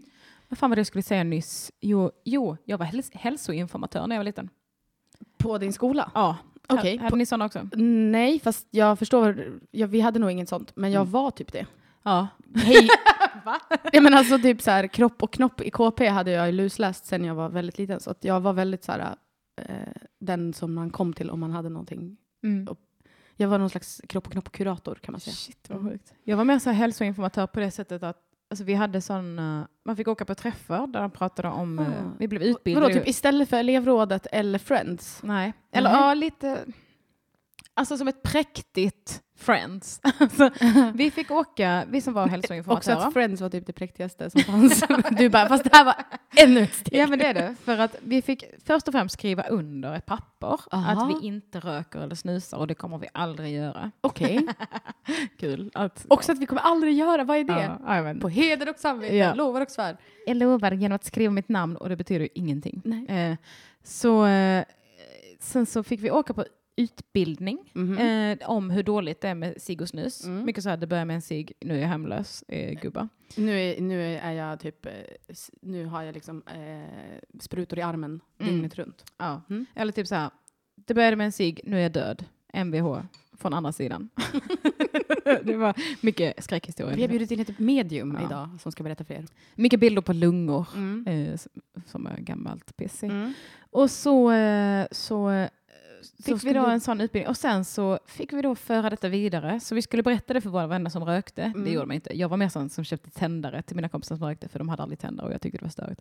Vad fan var det jag skulle säga nyss? Jo, jag var hälsoinformatör när jag var liten. På din skola? Ja. Okej. Hade ni sådana också? Nej, fast jag förstår. Vi hade nog inget sånt, men jag var typ det. Ja. Hej. Va? Ja, men alltså typ så här, kropp och knopp i KP hade jag lusläst sen jag var väldigt liten. Så att jag var väldigt så här, den som man kom till om man hade någonting. Jag var någon slags kropp och knopp-kurator kan man säga. Shit, vad sjukt. Jag var mer så här hälsoinformatör på det sättet att alltså, vi hade man fick åka på träffar där de pratade om, vi blev utbildade. Vadå, typ istället för elevrådet eller Friends? Nej. Eller ja, lite, alltså som ett präktigt Friends. Alltså, vi fick åka, vi som var hälsoinformatörer. Också att Friends var typ det präktigaste som fanns. Du bara, fast det här var ännu ett steg. Ja, men det är det. För att vi fick först och främst skriva under ett papper att vi inte röker eller snusar, och det kommer vi aldrig göra. Okej. Kul. Också att vi kommer aldrig göra, vad är det? Ja, på heder och samvete, Ja. lovar och svär. Jag lovar genom att skriva mitt namn, och det betyder ju ingenting. Nej. Sen så fick vi åka på utbildning om hur dåligt det är med cigg och snus. Mycket så här, det börjar med en cigg, nu är jag hemlös, gubbar. Nu är jag typ, nu har jag liksom sprutor i armen dygnet runt. Ja. Eller typ så här, det började med en cigg, nu är jag död. MVH från andra sidan. Det var mycket skräckhistorier. Vi har bjudit in ett medium idag som ska berätta för er. Mycket bilder på lungor som är gammalt PC. Och så fick vi då en sån utbildning. Och sen så fick vi då föra detta vidare. Så vi skulle berätta det för våra vänner som rökte. Det gjorde man inte. Jag var mer sån som köpte tändare till mina kompisar som rökte, för de hade aldrig tändare och jag tyckte det var störigt.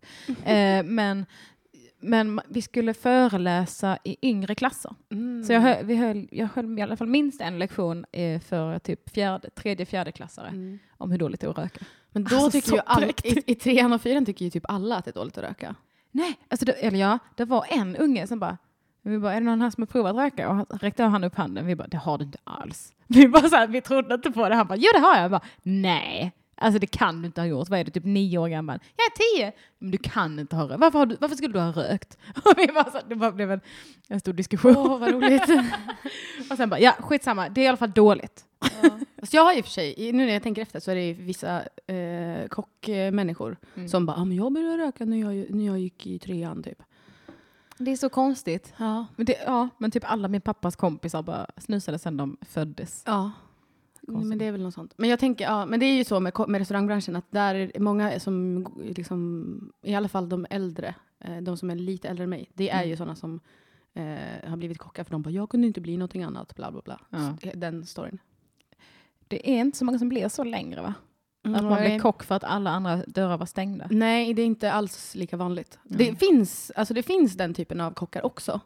Men vi skulle föreläsa i yngre klasser. Så jag höll i alla fall minst en lektion för typ tredje, fjärde klassare om hur dåligt det är att röka. Men då alltså, tycker ju alla, i 3 och 4 tycker ju typ alla att det är dåligt att röka. Nej, alltså det var en unge som bara, är det någon här som har provat att röka? Och räckte han upp handen. Vi bara, det har du inte alls. Vi bara så här, vi trodde inte på det. Han bara, jo det har jag. Jag bara, nej. Alltså det kan du inte ha gjort. Vad är du, typ 9 år gammal? Jag är 10. Men du kan inte ha rökt. Varför skulle du ha rökt? Och vi bara så, det bara blev en stor diskussion. Vad roligt. Och sen bara, ja skitsamma. Det är i alla fall dåligt. Alltså jag har i och för sig, nu när jag tänker efter så är det vissa kockmänniskor som bara, men jag började röka när jag gick i 3:an typ. Det är så konstigt. Ja. Men typ alla min pappas kompisar bara snusade sedan de föddes. Ja. Men det är väl något sånt. Men jag tänker, men det är ju så med restaurangbranschen att där är många som liksom, i alla fall de äldre, de som är lite äldre än mig, det är ju sådana som har blivit kockar för de bara, jag kunde inte bli någonting annat, bla bla bla. Ja. Den storyn. Det är inte så många som blir så längre, va? Att man blir kock för att alla andra dörrar var stängda. Nej, det är inte alls lika vanligt. Det finns den typen av kockar också.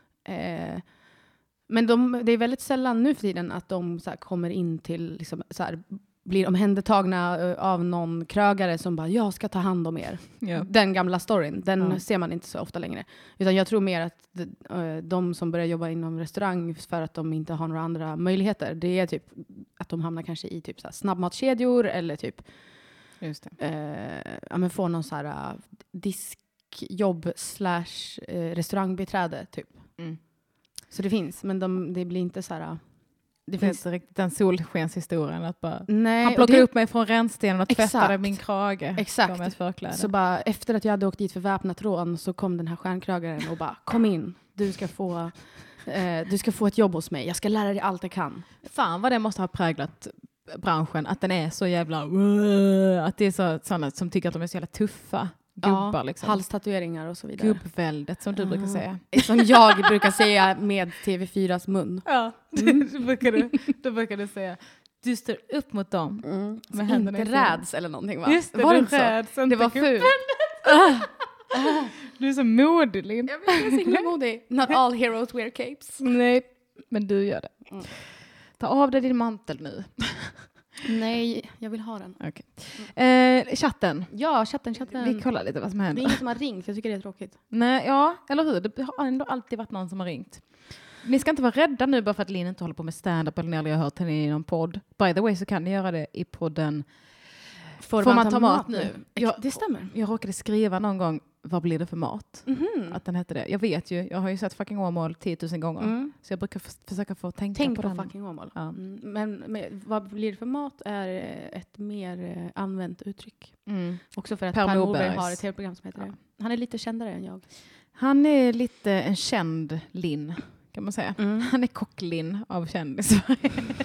Men det är väldigt sällan nu för tiden att de så här, kommer in till, liksom, så här, blir omhändertagna av någon krögare som bara, jag ska ta hand om er. Ja. Den gamla storyn, den ser man inte så ofta längre. Utan jag tror mer att de som börjar jobba inom restaurang för att de inte har några andra möjligheter, det är typ att de hamnar kanske i typ så här snabbmatskedjor eller typ Just det. men få någon så här diskjobb / restaurangbiträde typ. Så det finns, men det blir inte så här. Det finns inte riktigt den solskenshistorien att bara, nej, han plockade upp mig från rännstenen och tvättade exakt. Min krage. Exakt. Så bara efter att jag hade åkt dit för väpnat rån så kom den här stjärnkrögaren och bara, kom in, du ska få ett jobb hos mig, jag ska lära dig allt jag kan. Fan vad det måste ha präglat branschen, att den är så jävla, att det är sådana som tycker att de är så jävla tuffa gubbar, liksom. Halstatueringar och så vidare. Gubbväldet som du brukar säga. Som jag brukar säga med TV4s mun. Ja, då brukar du säga, du står upp mot dem. Med händerna inte räds eller någonting, va? Just det, var du inte räds så? inte. Det var fult. Du är så modig, Linn. Jag är så himla modig. Not all heroes wear capes. Nej, men du gör det. Ta av dig din mantel nu. Nej, jag vill ha den. Okay. Chatten. Ja, chatten. Vi kollar lite vad som händer. Det är ingen som har ringt, jag tycker det är tråkigt. Nej, ja, eller hur? Det har ändå alltid varit någon som har ringt. Ni ska inte vara rädda nu bara för att Linn inte håller på med stand-up eller ni aldrig har hört henne i någon podd. By the way så kan ni göra det i podden Får man ta mat nu? Det stämmer. Jag råkade skriva någon gång, Vad blir det för mat? Att den hette det. Jag vet ju, jag har ju sett fucking Åmål 10 000 gånger. Så jag brukar försöka få tänk på den. fucking Åmål. Ja. Men vad blir det för mat är ett mer använt uttryck. Också för att Per Per Morberg Morbergs. har ett tv-program som heter det. Han är lite kändare än jag. Han är lite en känd Linn, kan man säga. Han är kocklinn av kändisar.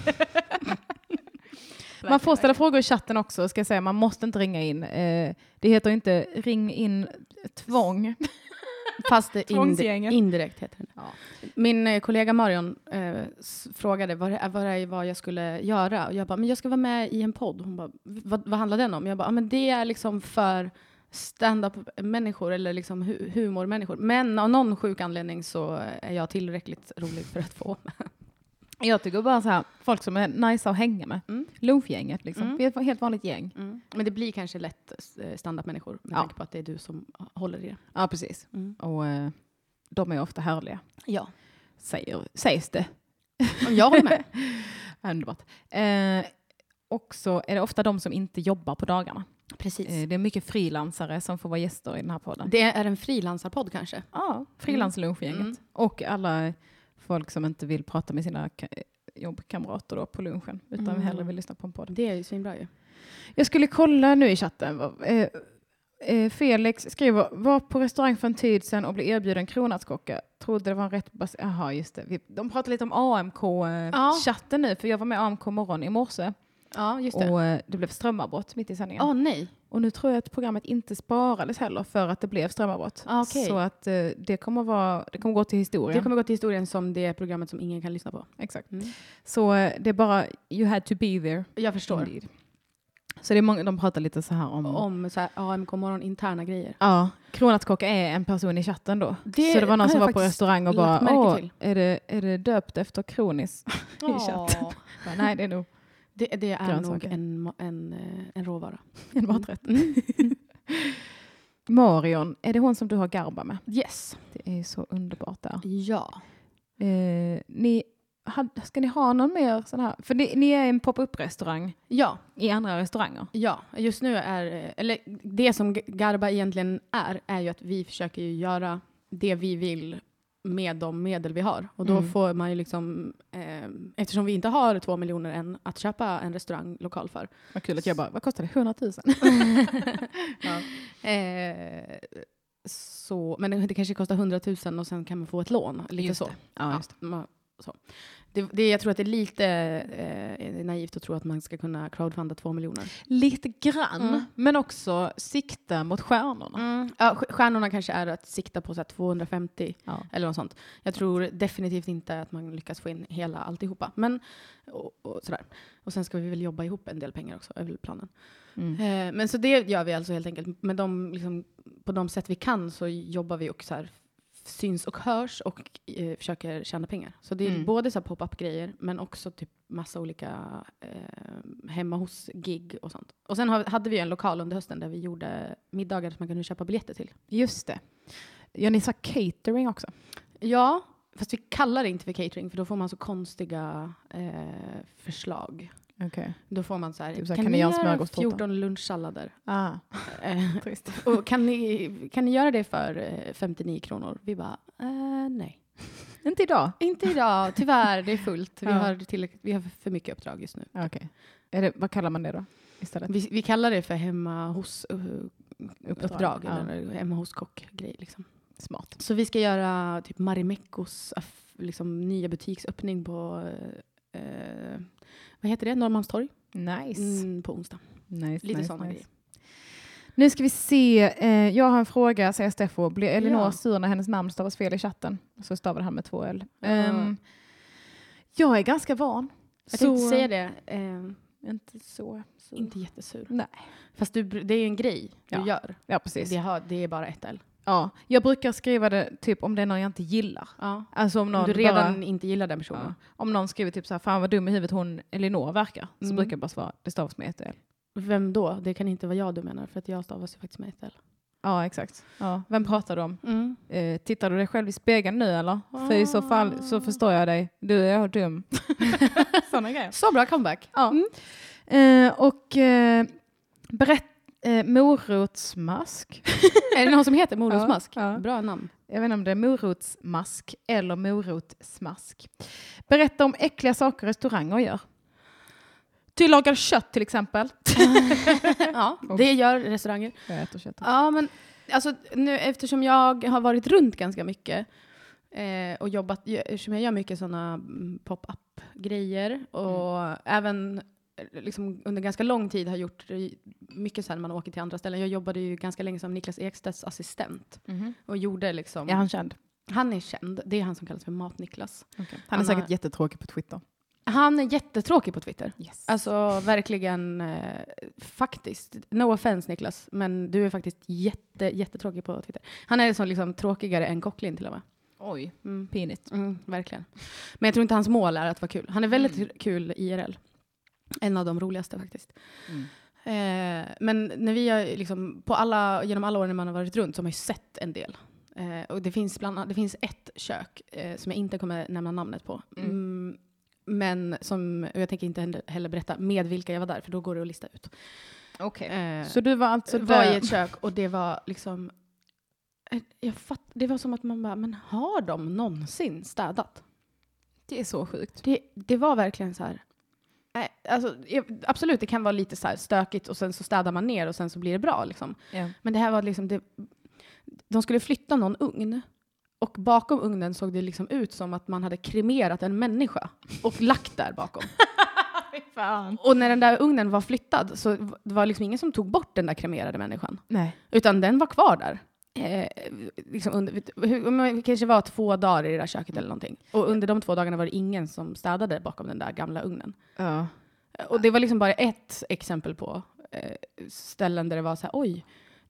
Man får ställa frågor i chatten också, ska jag säga. Man måste inte ringa in. Det heter inte ring in tvång. Fast det Tvångsgänget. indirekt heter det. Ja. Min kollega Marion frågade vad jag skulle göra. Och jag bara, men jag ska vara med i en podd. Hon bara, vad handlar den om? Jag bara, men det är liksom för stand-up-människor eller liksom humormänniskor. Men av någon sjuk anledning så är jag tillräckligt rolig för att få med. Jag tycker bara så här, folk som är nice att hänga med. Lunchgänget liksom. Vi är ett helt vanligt gäng. Men det blir kanske lätt stand-up-människor med tanke på att det är du som håller i det. Ja, precis. Och de är ofta härliga. Ja. Sägs det. Jag håller med. Underbart. Också är det ofta de som inte jobbar på dagarna. Precis. Det är mycket frilansare som får vara gäster i den här podden. Det är en frilansarpodd kanske. Ja, frilanslunchgänget. Och alla folk som inte vill prata med sina jobbkamrater då på lunchen. Utan hellre vill lyssna på en podd. Det är ju svinbra ju. Jag skulle kolla nu i chatten. Felix skriver, var på restaurang för en tid sedan och blev erbjuden kronärtskocka. Trodde det var en rätt Jaha, just det. De pratar lite om AMK-chatten nu. För jag var med AMK morgon i morse. Ja, just det. Och det blev strömavbrott mitt i sändningen. Nej. Och nu tror jag att programmet inte sparades heller för att det blev strömavbrott. Okay. Så att det kommer gå till historien. Det kommer gå till historien som det programmet som ingen kan lyssna på. Exakt. Så det är bara, you had to be there. Jag förstår. Indeed. Så det är många, de pratar lite så här om så här AMK morgon interna grejer. Ja, kronärtskocka är en person i chatten då. Så det var någon har som jag var på faktiskt restaurang och lagt bara, märke till. är det döpt efter Kronis i chatten? Bara, nej, det är nog Det är grönsaker. nog en råvara. En maträtt. Marion, är det hon som du har garba med? Yes. Det är så underbart där. Ja. Ska ni ha någon mer sån här? För ni är en pop-up-restaurang Ja. i andra restauranger. Ja, just nu eller det som Garba egentligen är ju att vi försöker ju göra det vi vill med de medel vi har. Och då får man ju liksom, eftersom vi inte har 2 miljoner än att köpa en restauranglokal för. Vad kul att jag bara, vad kostar det? 100 000? Ja. Så, men det kanske kostar 100 000 och sen kan man få ett lån. Lite Just så. det. Ja, just det. Så. Jag tror att det är lite naivt att tro att man ska kunna crowdfunda 2 miljoner. Lite grann, men också sikta mot stjärnorna. Ja, stjärnorna kanske är att sikta på så här 250 Ja. eller något sånt. Jag tror definitivt inte att man lyckas få in hela alltihopa. Men, och sådär. Och sen ska vi väl jobba ihop en del pengar också, är väl planen. Men så det gör vi alltså helt enkelt. Med på de sätt vi kan så jobbar vi och så här syns och hörs och försöker tjäna pengar. Så det är både så här pop-up-grejer men också typ massa olika hemma hos gig och sånt. Och sen hade vi en lokal under hösten där vi gjorde middagar som man kunde köpa biljetter till. Just det. Gör ni så catering också? Ja, fast vi kallar det inte för catering för då får man så konstiga förslag. Okay. Då får man så här, Typ så här, kan kan ni ni göra göra smörgåstårta? 14 lunchsallader? Trist. Och kan ni göra det för 59 kronor? Vi bara, nej. Inte idag? Inte idag, tyvärr, det är fullt. Ja. Vi har för mycket uppdrag just nu. Okej. Vad kallar man det då istället? Vi kallar det för hemma hos uppdrag Ja. eller hemma hos kockgrej liksom. Smart. Så vi ska göra typ Marimeccos liksom nya butiksöppning på vad heter det? Norrmalmstorg? Nice. På onsdag. Nice. Lite sådana grejer. Nu ska vi se. Jag har en fråga, säger Steffo. Blir Elinor sur när hennes namn stavas fel i chatten? Så stavar han med 2 L. Jag är ganska van. Jag tänkte säga det. Inte så sur. Inte jättesur. Nej. Fast det är ju en grej du gör. Ja, precis. Det är bara 1 L. Ja, jag brukar skriva det typ om det är någon jag inte gillar. Ja. Alltså om någon du redan inte gillar den personen. Ja. Om någon skriver typ så här, fan vad dum i huvudet hon Elinor verkar. Så brukar jag bara svara, det stavas med 1 L. Vem då? Det kan inte vara jag du menar, för att jag stavas ju faktiskt med 1 L. Ja, exakt. Ja. Vem pratar du om? Tittar du dig själv i spegeln nu eller? För i så fall så förstår jag dig. Du är dum. Sådana grejer. Så bra comeback. Ja. Och Morotsmask. Är det någon som heter morotsmask? Ja. Bra namn. Jag vet inte om det är morotsmask eller morotsmask. Berätta om äckliga saker restauranger gör. Tillagar kött till exempel. Ja, det gör restauranger. Jag äter kött. Ja, men alltså, nu, eftersom jag har varit runt ganska mycket och jobbat, eftersom jag gör mycket sådana pop-up-grejer och även liksom, under ganska lång tid har gjort mycket så här när man åker till andra ställen. Jag jobbade ju ganska länge som Niklas Ekstedts assistent och gjorde liksom... Är han känd? Han är känd. Det är han som kallas för Mat-Niklas. Okay. Han är säkert jättetråkig på Twitter. Han är jättetråkig på Twitter. Yes. Alltså verkligen faktiskt. No offense Niklas, men du är faktiskt jättetråkig på Twitter. Han är så liksom tråkigare än Cochlin till och med. Oj, pinigt. Verkligen. Men jag tror inte hans mål är att vara kul. Han är väldigt kul IRL. En av de roligaste faktiskt. Men när vi har liksom genom alla år när man har varit runt så har man ju sett en del. Och det finns ett kök som jag inte kommer nämna namnet på. Men jag tänker inte heller berätta med vilka jag var där, för då går det att lista ut. Okej. Så du var alltså var i ett kök och det var liksom... det var som att man bara, men har de någonsin städat? Det är så sjukt. Det var verkligen så här... Alltså, absolut, det kan vara lite så här stökigt och sen så städar man ner och sen så blir det bra. Liksom. Yeah. Men det här var liksom... De skulle flytta någon ugn. Och bakom ugnen såg det liksom ut som att man hade kremerat en människa och lagt där bakom. Fan. Och när den där ugnen var flyttad så det var liksom ingen som tog bort den där kremerade människan. Nej. Utan den var kvar där. Liksom det kanske var 2 dagar i det där köket eller någonting. Och under de 2 dagarna var det ingen som städade bakom den där gamla ugnen. Ja. Och det var liksom bara ett exempel på ställen där det var så här, oj.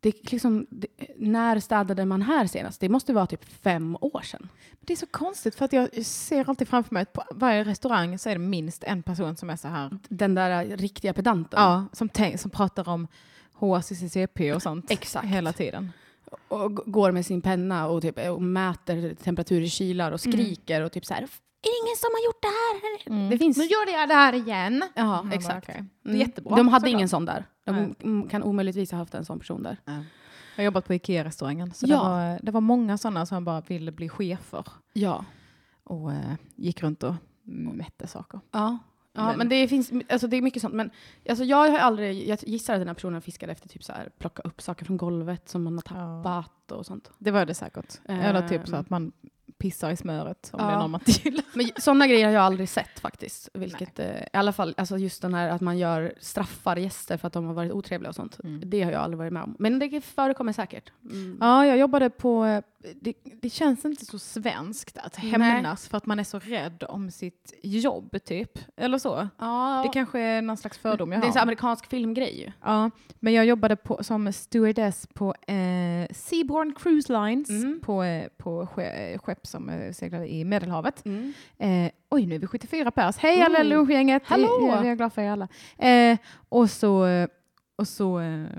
När städade man här senast? Det måste vara typ 5 år sedan. Det är så konstigt för att jag ser alltid framför mig att på varje restaurang så är det minst en person som är så här. Den där riktiga pedanten. Ja, som pratar om HACCP och sånt. Exakt. Hela tiden. Och går med sin penna och, typ, och mäter temperatur i kylar och skriker och typ så här, är det ingen som har gjort det här? Det finns... Nu gör jag det här igen. Ja, exakt. Bara, okay. Det är jättebra. De hade ingen sån där. De kan omöjligtvis ha haft en sån person där. Jag har jobbat på IKEA-restaurangen. Så det var många sådana som bara ville bli chefer. Ja. Och gick runt och mätte saker. Ja. Ja, men det finns, alltså det är mycket sånt. Men alltså jag gissar att den här personen fiskade efter typ så här, plocka upp saker från golvet som man har tappat och sånt. Det var det säkert. Eller typ så att man pissar i smöret om det är någon man inte gillar. Men sådana grejer har jag aldrig sett faktiskt. Vilket, i alla fall, alltså just den här att man gör straffar gäster för att de har varit otrevliga och sånt. Det har jag aldrig varit med om. Men det förekommer säkert. Ja, jag jobbade på... Det känns inte så svenskt att hämnas för att man är så rädd om sitt jobb, typ. Eller så. Ja. Det kanske är någon slags fördom jag har. Det är en sån amerikansk filmgrej ju. Ja, men jag jobbade som stewardess på Seabourn Cruise Lines på skepp som seglade i Medelhavet. Oj, nu är vi 74 pers. Hej alla lunchgänget. Hallå! Jag är glad för er alla. Och så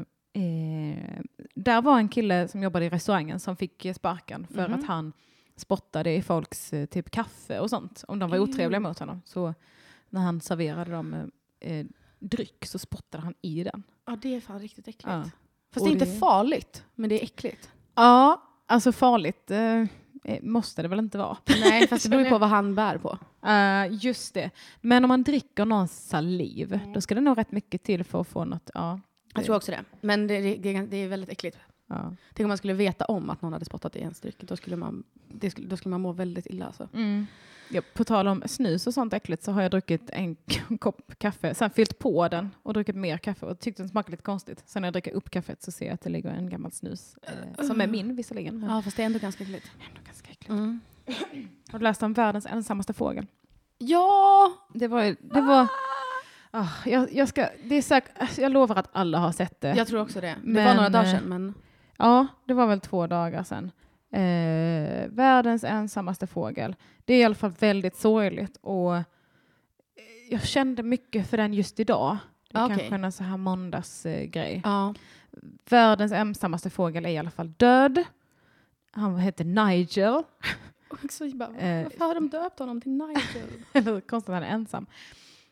där var en kille som jobbade i restaurangen som fick sparken för att han spottade i folks typ kaffe och sånt. Om de var otrevliga mot honom. Så när han serverade dem dryck så spottade han i den. Ja, det är fan riktigt äckligt. Ja. Fast det är inte farligt, men det är äckligt. Ja, alltså farligt måste det väl inte vara. Nej, fast det beror på vad han bär på. Just det. Men om man dricker någons saliv, då ska det nog rätt mycket till för att få något. Ja, jag tror också det. Men det är väldigt äckligt. Ja. Tänk om man skulle veta om att någon hade spottat i ens dryck. Då skulle man må väldigt illa. Alltså. Ja, på tal om snus och sånt äckligt så har jag druckit en kopp kaffe. Sen fyllt på den och druckit mer kaffe. Och tyckte den smakade lite konstigt. Sen när jag dricker upp kaffet så ser jag att det ligger en gammal snus. Som är min visserligen. Ja, fast det är ändå ganska äckligt. Har du läst om världens ensammaste fågel? Ja! Det var det är säkert, jag lovar att alla har sett det. Jag tror också det. Det var några dagar sedan. Men... Ja, det var väl 2 dagar sedan. Världens ensammaste fågel. Det är i alla fall väldigt sorgligt. Och jag kände mycket för den just idag. Det är kanske en så här måndagsgrej. Världens ensammaste fågel är i alla fall död. Han heter Nigel. Varför har de döpt honom till Nigel? Eller konstigt att han är ensam.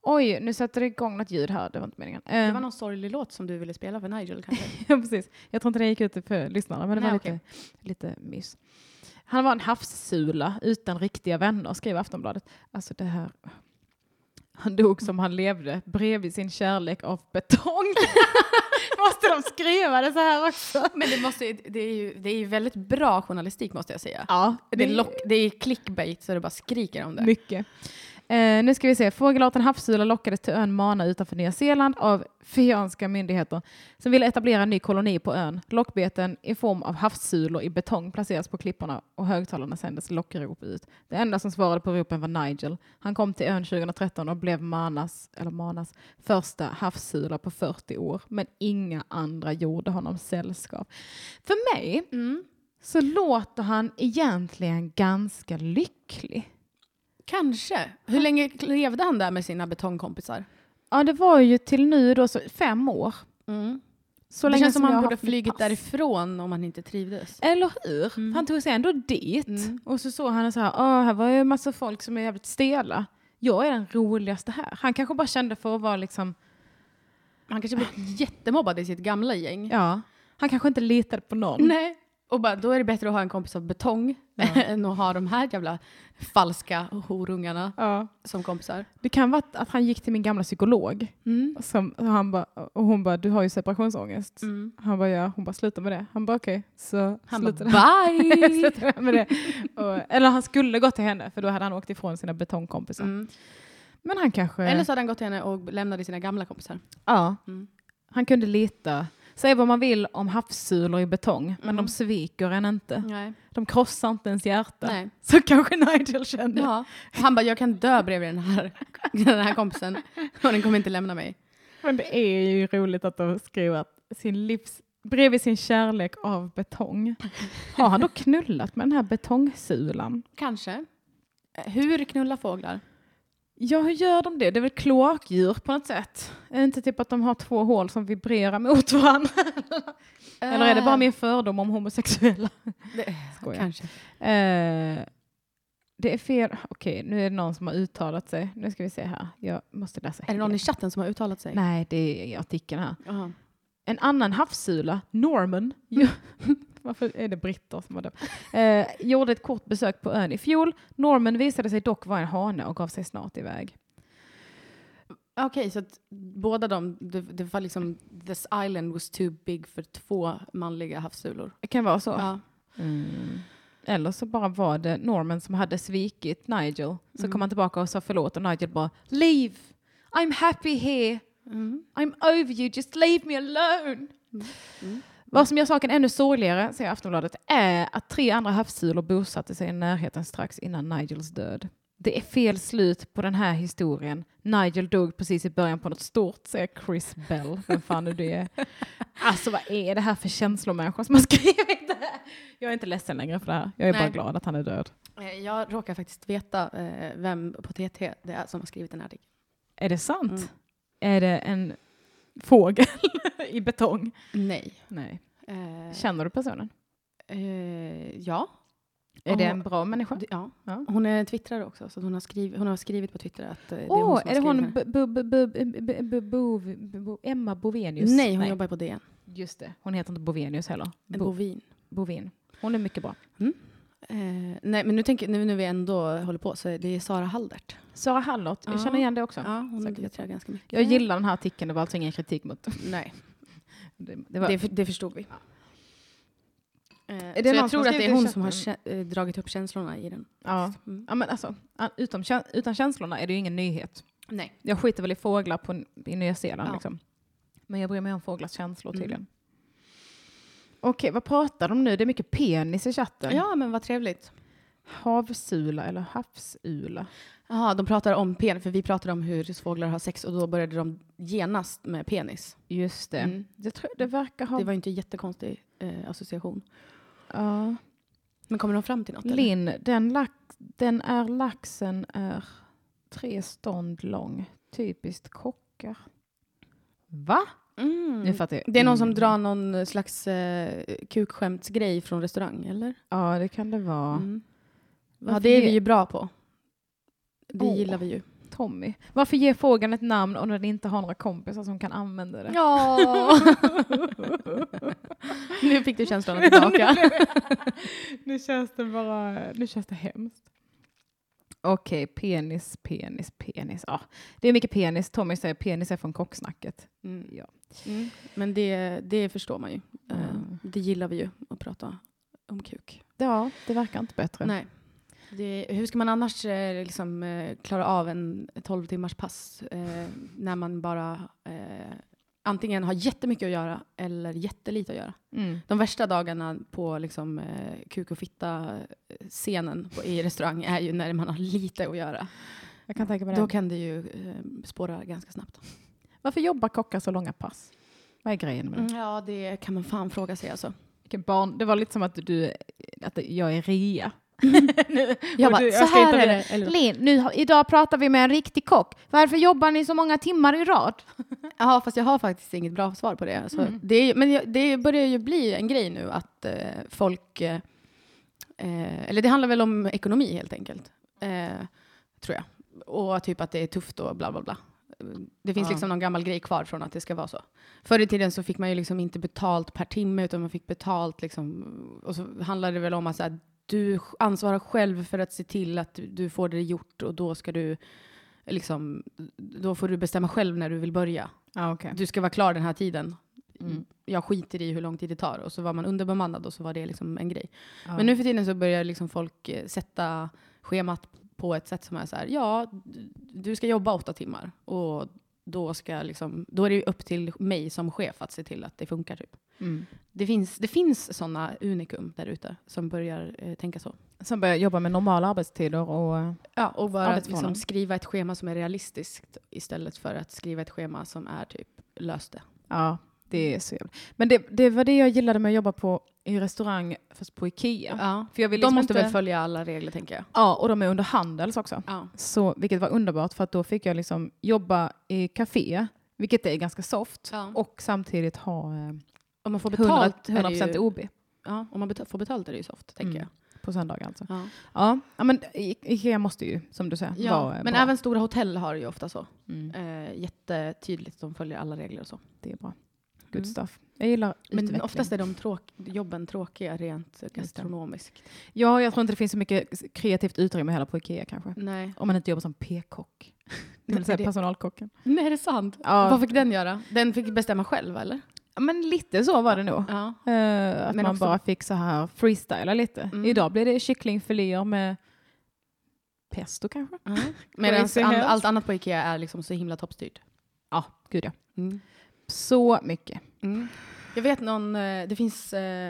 Oj, nu sätter det igång något ljud här. Det var inte meningen. Det var någon sorglig låt som du ville spela för Nigel kanske? Ja, precis. Jag tror inte det gick ut för lyssnarna, men det var lite mys. Han var en havssula utan riktiga vänner, skrev Aftonbladet. Alltså det här... Han dog som han levde, bredvid sin kärlek av betong. Måste de skriva det så här också? Men det är ju väldigt bra journalistik måste jag säga. Ja. Det är clickbait så det bara skriker om det. Mycket. Nu ska vi se. Fågelarten havssula lockades till ön Mana utanför Nya Zeeland av fianska myndigheter som ville etablera en ny koloni på ön. Lockbeten i form av havssulor i betong placeras på klipporna och högtalarna sändes lockrop ut. Det enda som svarade på ropen var Nigel. Han kom till ön 2013 och blev Manas första havssula på 40 år. Men inga andra gjorde honom sällskap. För mig så låter han egentligen ganska lycklig. Kanske. Hur länge levde han där med sina betongkompisar? Ja, det var ju till nu då 5 år. Så det länge känns som han borde haft flugit därifrån om han inte trivdes. Eller hur? Han tog sig ändå dit. Och så såg han så här, här var ju en massa folk som är jävligt stela. Jag är den roligaste här. Han kanske bara kände för att vara liksom... Han kanske blev jättemobbad i sitt gamla gäng. Ja, han kanske inte litade på någon. Nej. Och bara, då är det bättre att ha en kompis av betong än att ha de här jävla falska horungarna som kompisar. Det kan vara att han gick till min gamla psykolog. Och hon bara, du har ju separationsångest. Han bara, ja. Hon bara, sluta med det. Han bara, okej. Så han bara, bye! Sluta med det. Eller han skulle gå till henne, för då hade han åkt ifrån sina betongkompisar. Men han kanske... Eller så hade han gått till henne och lämnade sina gamla kompisar. Ja. Han kunde lita... Säg vad man vill om havssulor i betong, men de sviker en inte. Nej. De krossar inte ens hjärta. Nej. Så kanske Nigel kände. Ja. Han bara, jag kan dö bredvid den här kompisen. Och den kommer inte lämna mig. Men det är ju roligt att de skriver att bredvid sin kärlek av betong. Har han då knullat med den här betongsulan? Kanske. Hur knullar fåglar? Ja, hur gör de det? Det är väl kloakdjur på något sätt. Är det inte typ att de har 2 hål som vibrerar mot varandra? Eller är det bara min fördom om homosexuella? Kanske. Det är fel. Okej, nu är det någon som har uttalat sig. Nu ska vi se här. Jag måste läsa. Är det någon i chatten som har uttalat sig? Nej, det är i artikeln här. Uh-huh. En annan havssula, Norman, varför är det britter som var det? Gjorde ett kort besök på ön i fjol. Norman visade sig dock vara en hane och gav sig snart iväg. Okej, så att båda det var liksom, this island was too big för 2 manliga havssulor. Det kan vara så. Ja. Eller så bara var det Norman som hade svikit Nigel. Så kom han tillbaka och sa förlåt och Nigel bara, leave! I'm happy here! I'm over you, just leave me alone! Vad som gör saken ännu sorgligare, säger Aftonbladet, är att 3 andra havssulor bosatte sig i närheten strax innan Nigels död. Det är fel slut på den här historien. Nigel dog precis i början på något stort, säger Chris Bell. Vem fan är det? Alltså vad är det här för känslomänniskor som har skrivit det här? Jag är inte ledsen längre för det här. Jag är bara glad att han är död. Jag råkar faktiskt veta vem på TT det är som har skrivit den här artikeln. Är det sant? Är det en fågel i betong? Nej. Känner du personen? Ja. Är det en bra människa? Ja. Hon är twittrare också, så hon har skrivit på Twitter att det är hon som hon Emma Bovenius? Nej, hon jobbar på DN. Just det, hon heter inte Bovenius heller. Bovin. Hon är mycket bra. Nej, men nu vi ändå håller på, så det är Sara Haldert. Sara Haldert, jag känner igen det också. Ja, hon twittrar ganska mycket. Jag gillar den här artikeln, det var alltså ingen kritik mot. Nej. Det förstod vi. Så jag tror att det är hon som har dragit upp känslorna i den. Ja, men alltså, utan känslorna är det ju ingen nyhet. Nej. Jag skiter väl i fåglar i Nya Zeeland. Liksom. Men jag bryr mig om fåglars känslor tydligen. Okej, vad pratar de nu? Det är mycket penis i chatten. Ja, men vad trevligt. Havsula eller havsula? Jaha, de pratar om penis, för vi pratar om hur fåglar har sex och då började de genast med penis. Just det. Det verkar ha... Det var ju inte en jättekonstig association. Ja. Men kommer de fram till något? Linn, laxen är 3 stånd lång. Typiskt kockar. Va? Nu fattar jag. Det är någon som drar någon slags kukskämtsgrej från restaurang, eller? Ja, det kan det vara. Ja, det är vi ju bra på. Det gillar vi ju. Tommy. Varför ger fågeln ett namn om den inte har några kompisar som kan använda det? Ja. Nu fick du känslorna tillbaka. Nu känns det hemskt. Okej, penis. Ja, det är mycket penis. Tommy säger penis är från kocksnacket. Ja. Men det förstår man ju. Det gillar vi ju, att prata om kuk. Ja, det verkar inte bättre. Nej. Hur ska man annars klara av en 12 timmars pass när man bara antingen har jättemycket att göra eller jättelite att göra. De värsta dagarna på kuk och fitta scenen i restaurang är ju när man har lite att göra. Jag kan tänka mig det. Då kan det ju spåra ganska snabbt. Varför jobbar kockar så långa pass? Vad är grejen med det? Ja, det kan man fan fråga sig alltså. Det var lite som att jag är rea. Jag bara, så här är det. Lin, idag pratar vi med en riktig kock. Varför jobbar ni så många timmar i rad? Ja, fast jag har faktiskt inget bra svar på det. Alltså, det börjar ju bli en grej nu att folk... eller det handlar väl om ekonomi helt enkelt. Tror jag. Och typ att det är tufft och bla bla bla. Det finns någon gammal grej kvar från att det ska vara så. Förr i tiden så fick man ju inte betalt per timme, utan man fick betalt och så handlade det väl om att du ansvarar själv för att se till att du får det gjort, och då ska du då får du bestämma själv när du vill börja. Okay. Du ska vara klar den här tiden. Jag skiter i hur lång tid det tar, och så var man underbemannad och så var det en grej. Men nu för tiden så börjar folk sätta schemat på ett sätt som är så här: ja, du ska jobba 8 timmar och då är det ju upp till mig som chef att se till att det funkar typ. Det finns sådana unikum där ute som börjar tänka så. Som börjar jobba med normala arbetstider och bara skriva ett schema som är realistiskt istället för att skriva ett schema som är typ löste. Ja, det är så jävla. Men det var det jag gillade med att jobba i restaurang, fast på Ikea. Ja. För jag vill de måste väl följa alla regler, tänker jag. Ja, och de är under Handels också. Ja. Så, vilket var underbart, för att då fick jag jobba i café, vilket är ganska soft, och samtidigt ha om man får betalt 100% OB. Ja, om man får betalt är det ju soft, tänker jag. På söndagar alltså. Ja, men Ikea måste ju, som du säger, vara men bra. även stora hotell har ju ofta så. Jättetydligt, de följer alla regler och så. Det är bra. Good stuff. Jag gillar utveckling. Men oftast är jobben tråkiga rent gastronomiskt. Ja, jag tror inte det finns så mycket kreativt utrymme heller på Ikea kanske. Nej. Om man inte jobbar som p-kock. Det vill säga personalkocken. Nej, är det sant? Ja. Vad fick den göra? Den fick bestämma själv, eller? Men lite så var det nog. Ja. Att man bara fick så här freestyla lite. Idag blir det kycklingfiléer med pesto kanske. Medan allt annat på Ikea är så himla toppstyrt. Ja, gud ja. Så mycket. Jag vet det finns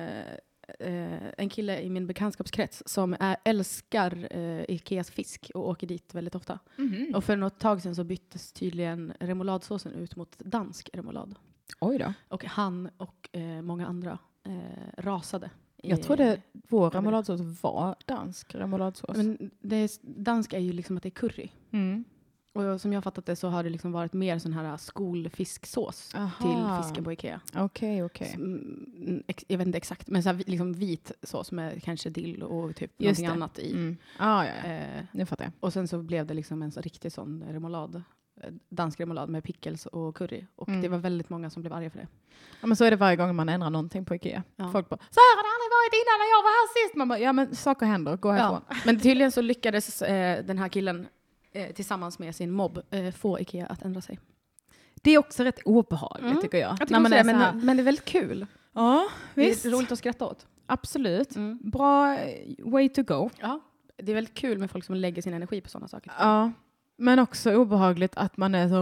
en kille i min bekantskapskrets som älskar Ikeas fisk och åker dit väldigt ofta. Och för något tag sedan så byttes tydligen remouladsåsen ut mot dansk remoulad. Oj då. Och han och många andra rasade. Jag trodde vår remouladsås var dansk remouladsås. Men dansk är ju att det är curry. Och som jag har fattat det så har det varit mer sån här skolfisksås till fisken på Ikea. Okej. Jag vet inte exakt, men så här, vit sås med kanske dill och typ någonting annat i. Ja. Nu fattar jag. Och sen så blev det en så riktig sån remoulad. Dansk remoulad med pickles och curry. Och det var väldigt många som blev arga för det. Ja, men så är det varje gång man ändrar någonting på Ikea. Folk bara, så här har det aldrig varit innan när jag var här sist. Man bara, ja men saker händer, gå härifrån. Men tydligen så lyckades den här killen tillsammans med sin mobb få Ikea att ändra sig. Det är också rätt obehagligt tycker jag. Men det är väldigt kul. Ja, visst. Det är roligt att skratta åt. Absolut. Bra way to go. Ja, det är väldigt kul med folk som lägger sin energi på sådana saker. Ja, men också obehagligt att man är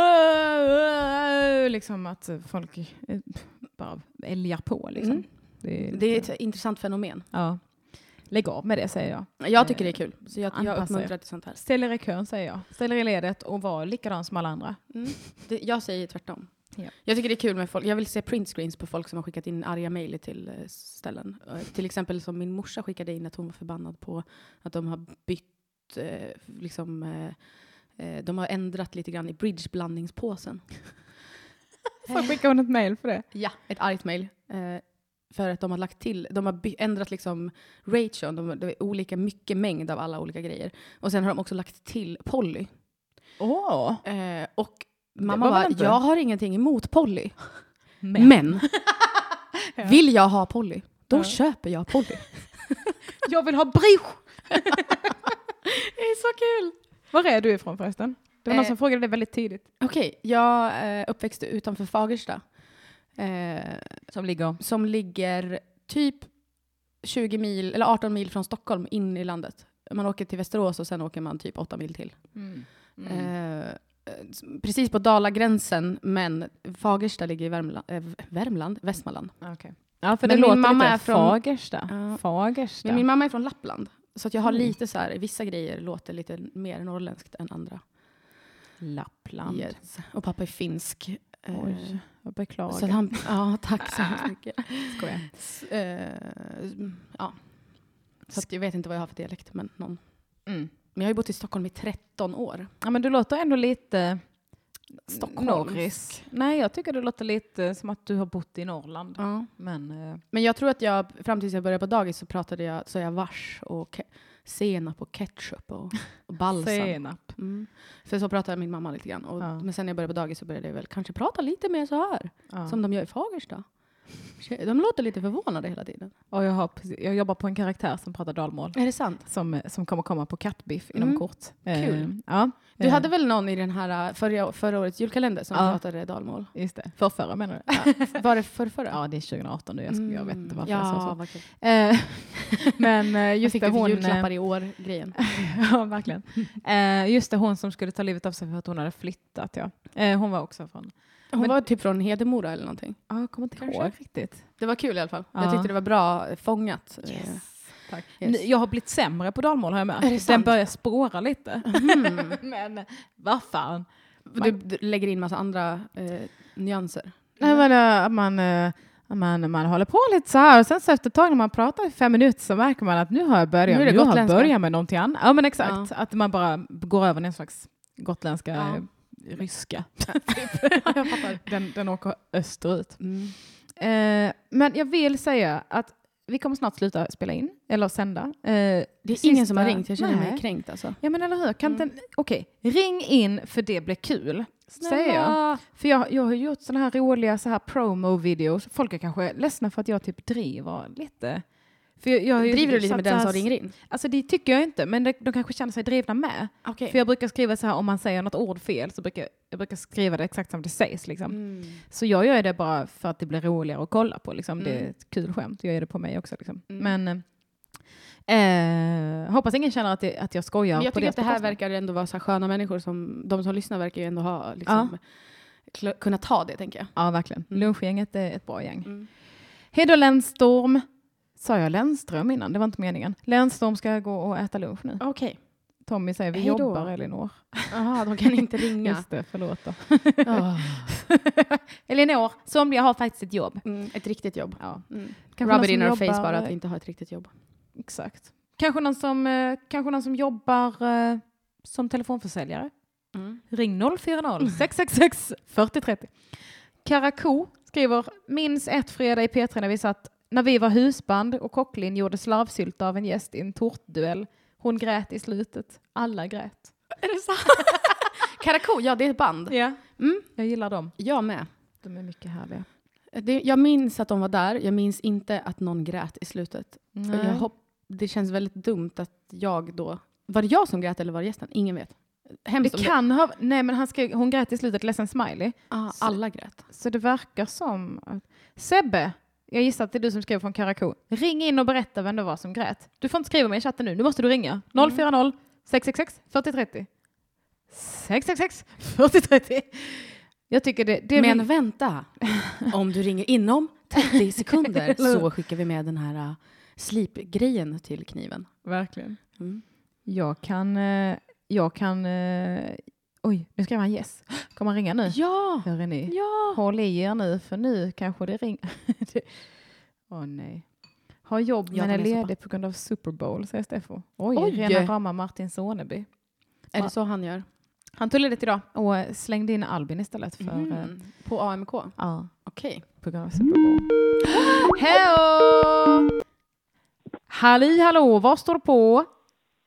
så att folk bara älgar på Det är ett intressant fenomen. Ja. Lägg av med det, säger jag. Jag tycker det är kul. Så jag uppmuntrar till sånt här. Ställ er i kön, säger jag. Ställ er i ledet och var likadan som alla andra. Jag säger tvärtom. Ja. Jag tycker det är kul med folk. Jag vill se printscreens på folk som har skickat in arga mejl till ställen. Till exempel som min morsa skickade in att hon var förbannad på att de har bytt de har ändrat lite grann i bridgeblandningspåsen. Så skickade hon ett mejl för det? Ja, ett argt mejl. För att de har ändrat ration, det är olika mycket mängd av alla olika grejer. Och sen har de också lagt till Polly. Och mamma var bara, väl inte? jag har ingenting emot Polly. Men vill jag ha Polly, då köper jag Polly. Jag vill ha Brisch! Det är så kul! Var är du ifrån förresten? Det var någon som frågade det väldigt tidigt. Okej, jag uppväxte utanför Fagersta. Som ligger typ 20 mil, eller 18 mil från Stockholm in i landet. Man åker till Västerås och sen åker man typ 8 mil till. Precis på Dalagränsen, men Fagersta ligger i Västmanland. Okay. Ja, för men det låter min mamma lite är från Fagersta. Fagersta. Men min mamma är från Lappland. Så att jag har lite så här, vissa grejer låter lite mer norrländskt än andra. Lappland. Yes. Och pappa är finsk. Oj, jag beklagar. Så att tack så mycket. Skojar. Ja. Så att jag vet inte vad jag har för dialekt, men någon. Mm. Men jag har ju bott i Stockholm i 13 år. Ja, men du låter ändå lite Stockholmsk. Nej, jag tycker det låter lite som att du har bott i Norrland. Ja. Men jag tror att jag, fram tills jag började på dagis så så jag vars och senap och ketchup och balsam. Senap. För så pratade min mamma lite grann. Men sen när jag började på dagis så började jag väl kanske prata lite mer så här. Som de gör i Fagersta. De låter lite förvånade hela tiden. Och jag jobbar på en karaktär som pratar dalmål. Är det sant? Som kommer komma på Kattbiff inom kort. Kul. Ja. Du hade väl någon i den här förra årets julkalender som pratade dalmål? Just det. Förra menar du? Ja. Var det förra? Ja, det är 2018 nu. Jag vet inte varför jag sa så. Men just det, hon... julklappar i år, grejen. Ja, verkligen. Just det, hon som skulle ta livet av sig för att hon hade flyttat. Ja. Hon var också från... Hon var typ från Hedemora eller någonting. Ja, jag kommer inte ihåg riktigt. Det var kul i alla fall. Jag tyckte det var bra fångat. Yes. Tack. Yes. Jag har blivit sämre på dalmål, har jag med. Den börjar spåra lite. Men vad fan. Du lägger in massa andra nyanser. Nej, men man håller på lite så här. Och sen så efter ett tag när man pratar i 5 minuter så märker man att nu har jag börjat med någonting annat. Ja, men exakt. Att man bara går över en slags gotländska... ryska. Jag fattar. Den åker österut. Men jag vill säga att vi kommer snart sluta spela in eller sända. Det är ingen som har ringt. Jag känner mig kränkt alltså. Ja, men eller hur? Okej, ring in för det blir kul. Säger jag. För jag har gjort såna här roliga så här promo-videos. Folk är kanske ledsna för att jag typ driver lite. För jag driver du lite med den som ringer in? Alltså det tycker jag inte, men de kanske känner sig drivna med. Okay. För jag brukar skriva så här, om man säger något ord fel så brukar jag skriva det exakt som det sägs. Liksom. Så jag gör det bara för att det blir roligare att kolla på. Liksom. Det är ett kul skämt, jag gör det på mig också. Liksom. Men hoppas ingen känner att jag skojar. Men jag tycker att det här verkar ändå vara så här sköna människor. De som lyssnar verkar ju ändå ha liksom, kunna ta det, tänker jag. Ja, verkligen. Lunchgänget är ett bra gäng. Hejdå Lännstorm. Sa jag Lennström innan? Det var inte meningen. Lennström ska gå och äta lunch nu. Okej. Tommy säger vi jobbar, Elinor. Jaha, de kan inte ringa. Just det, förlåt då. Elinor, somliga har faktiskt ett jobb. Ett riktigt jobb. Ja. Rub it in our face bara att vi inte har ett riktigt jobb. Exakt. Kanske någon som jobbar som telefonförsäljare. Ring 040 666 4030. Karako skriver, minns ett fredag i P3 när vi var husband och Kocklin gjorde slavsylta av en gäst i en tårtduell. Hon grät i slutet. Alla grät. Är det sant? Karako, ja, det är ett band. Ja. Jag gillar dem. Jag med. De är mycket härliga. Jag minns att de var där. Jag minns inte att någon grät i slutet. Det känns väldigt dumt att jag då... Var det jag som grät eller var det gästen? Ingen vet. Hemskt det kan ha... Nej, men hon grät i slutet, ledsen smiley. Alla grät. Så det verkar som... Sebbe, jag gissar att det är du som skrev från Karako. Ring in och berätta vem det var som grät. Du får inte skriva mig i chatten nu. Nu måste du ringa. 040 666 4030. 666 4030. Jag tycker det men vänta. Om du ringer inom 30 sekunder så skickar vi med den här slipgrejen till kniven. Verkligen. Jag kan oj, nu ska man yes. Kommer man ringa nu? Ja. Hör ni? Ja. Håll i er nu, för nu kanske det ringer. Nej. Har jobb men är ledig på grund av Super Bowl, säger Steffo. Oj. Rena rama Martin Soneby. Är det så han gör? Han tog ledigt idag och slängde in Albin istället för... På AMK? Ja. Okej. På grund av Super Bowl. Hej! Hallå, vad står det på?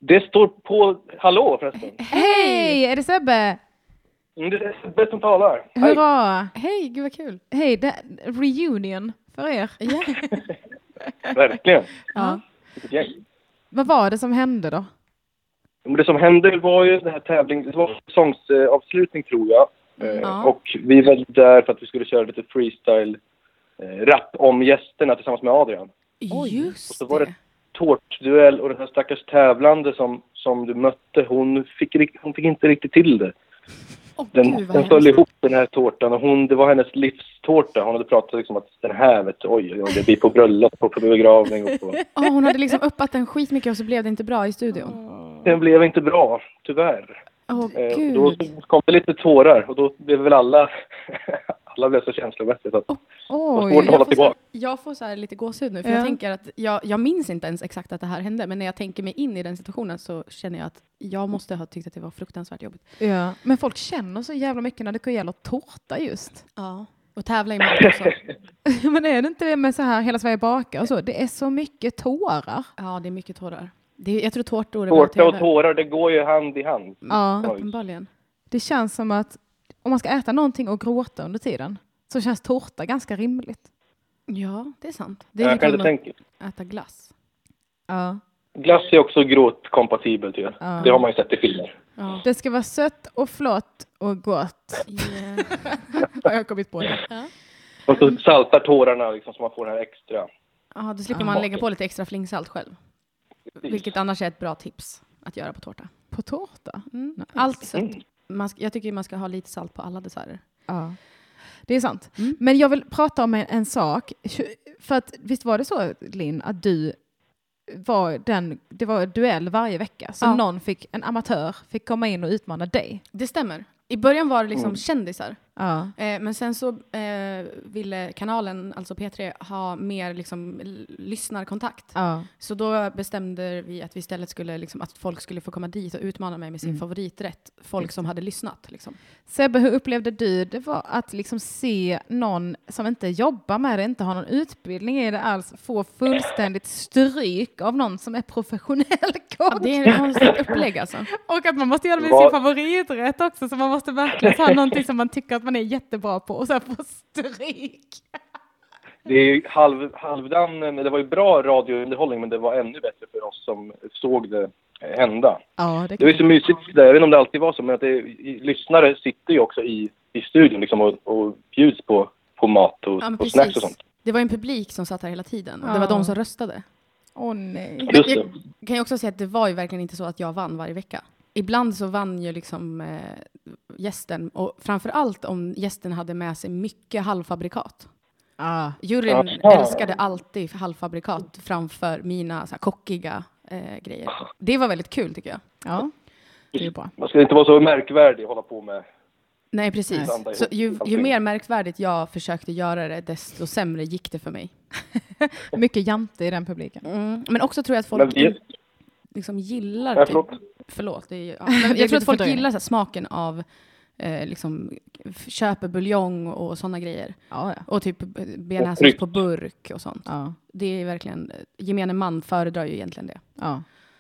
Det står på hallå förresten. Hej! Är det Sebbe? Det är Sebbe som talar. Hej. Hurra! Hej, gud vad kul. Hej, det reunion för er. Ja. Verkligen. Ja. Vilket gäng. Vad var det som hände då? Men det som hände var ju den här tävlingen, det var säsongsavslutning tror jag. Ja. Och vi var där för att vi skulle köra lite freestyle rap om gästerna tillsammans med Adrian. Just Och så var det tårtduell och den här stackars tävlande som du mötte, hon fick inte riktigt till det. Den föll ihop den här tårtan och det var hennes livstårta. Hon hade pratat liksom att den här oj, det blir på bröllop och på begravning och på... Hon hade liksom uppat den skitmycket och så blev det inte bra i studion. Den blev inte bra, tyvärr. Gud. Då kom det lite tårar och då blev väl alla blev så känslomässiga så att det var svårt att hålla tillbaka. Jag får så här lite gåshud nu för jag tänker att jag minns inte ens exakt att det här hände, men när jag tänker mig in i den situationen så känner jag att jag måste ha tyckt att det var fruktansvärt jobbigt. Ja, men folk känner så jävla mycket när det gäller tårta just. Ja, och tävla i mat också. Men är det inte det med så här hela Sverige bakar och så? Det är så mycket tårar. Ja, det är mycket tårar. Jag tror tårtor är bra Tårta och tårar, det går ju hand i hand. Ja, uppenbarligen. Det känns som att om man ska äta någonting och gråta under tiden så känns tårta ganska rimligt. Ja, det är sant. Det är Jag kan inte lite tänka. att äta glass. Ja. Glass är också gråtkompatibelt ju. Ja. Det har man ju sett i filmer. Ja. Det ska vara sött och flott och gott. Yeah. Har jag kommit på det. Ja. Och så saltar tårarna liksom så man får den här extra. Ja, då slipper man lägga på lite extra flingsalt själv. Vilket annars är ett bra tips att göra på tårta. På tårta? Mm. Allt sött. Jag tycker man ska ha lite salt på alla desserter. Ja. Det är sant. Men jag vill prata om en sak. För att visst var det så, Linn, att det var duell varje vecka. Så en amatör fick komma in och utmana dig. Det stämmer. I början var det liksom kändisar. Ja. Men sen så ville kanalen, alltså P3, ha mer liksom lyssnarkontakt. Ja. Så då bestämde vi att vi istället skulle liksom, att folk skulle få komma dit och utmana mig med sin favoriträtt. Folk som hade lyssnat. Liksom. Sebbe, hur upplevde du det var att liksom se någon som inte jobbar med det, inte har någon utbildning i det alls, få fullständigt stryk av någon som är professionell kock? Ja, det är ett konstigt upplägg alltså. Och att man måste göra det med sin favoriträtt också, så man måste verkligen ha någonting som man tycker att man är jättebra på och så få stryk. Det är ju halvdan, det var ju bra radiounderhållning, men det var ännu bättre för oss som såg det hända. Ja, det var ju så mysigt där, jag vet inte om det alltid var så, men att lyssnare sitter ju också i studion liksom, och bjuds på mat och snacks och sånt. Det var en publik som satt här hela tiden och det var de som röstade. Nej. Jag kan ju också säga att det var ju verkligen inte så att jag vann varje vecka. Ibland så vann ju liksom gästen, och framförallt om gästen hade med sig mycket halvfabrikat. Juryn älskade alltid halvfabrikat framför mina så här kockiga grejer. Det var väldigt kul tycker jag. Ja, det är bra. Man ska inte vara så märkvärdig att hålla på med. Nej, precis. Så ju mer märkvärdigt jag försökte göra det, desto sämre gick det för mig. Mycket jante i den publiken. Men också tror jag att folk liksom gillar förlåt. Jag tror att folk gillar så här, smaken av liksom köper buljong och sådana grejer. Ja. Och typ bearnaisesås på burk och sånt. Ja. Det är verkligen, gemene man föredrar ju egentligen det. Ja.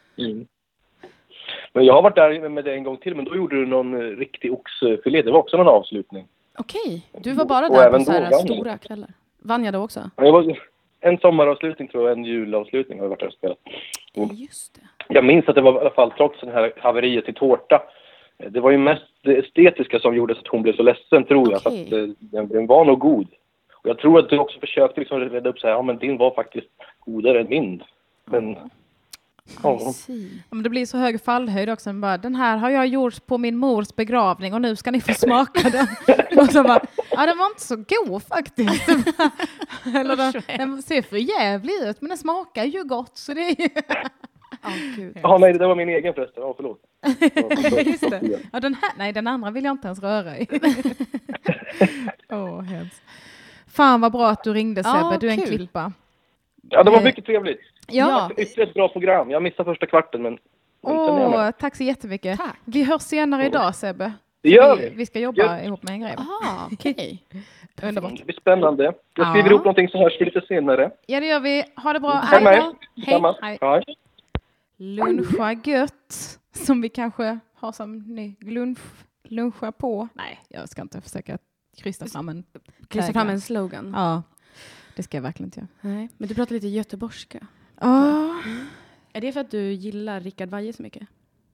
Men jag har varit där med det en gång till, men då gjorde du någon riktig oxfilé. Det var också någon avslutning. Okej, du var bara där på så här stora kvällar. Vann jag då också? Ja, jag var en sommaravslutning tror jag, en julavslutning har jag varit där och spelat. Just det. Jag minns att det var i alla fall, trots den här haveriet till tårta, det var ju mest det estetiska som gjorde så att hon blev så ledsen, tror jag. För att den var nog god. Och jag tror att du också försökte liksom rädda upp så här, ja men din var faktiskt godare än min. Men... Men det blir så hög fallhöjd också. Bara, den här har jag gjort på min mors begravning och nu ska ni få smaka den. Och så bara, den var inte så god faktiskt. Eller den ser för jävlig ut, men den smakar ju gott. Så det är ju... nej, det var min egen förresten. Förlåt. Just det. Ja, den andra vill jag inte ens röra i. Hemskt. Fan vad bra att du ringde, Sebbe. Du är en klippa. Ja, det var mycket trevligt. Ja. Ytterligare ett bra program. Jag missade första kvarten, men... Tack så jättemycket. Tack. Vi hörs senare idag, Sebbe. Det gör vi. Vi ska jobba ihop med en grej. Okej. Underbart. Det blir spännande. Jag skriver ihop någonting så hörs vi lite senare. Ja, det gör vi. Ha det bra. Hej. Hej. Hej. luncha gött. Som vi kanske har som ni luncha på. Nej, jag ska inte försöka krysta fram en slogan. Ja, det ska jag verkligen inte göra. Nej, men du pratar lite göteborgska. Ja. Är det för att du gillar Rickard Weihe så mycket?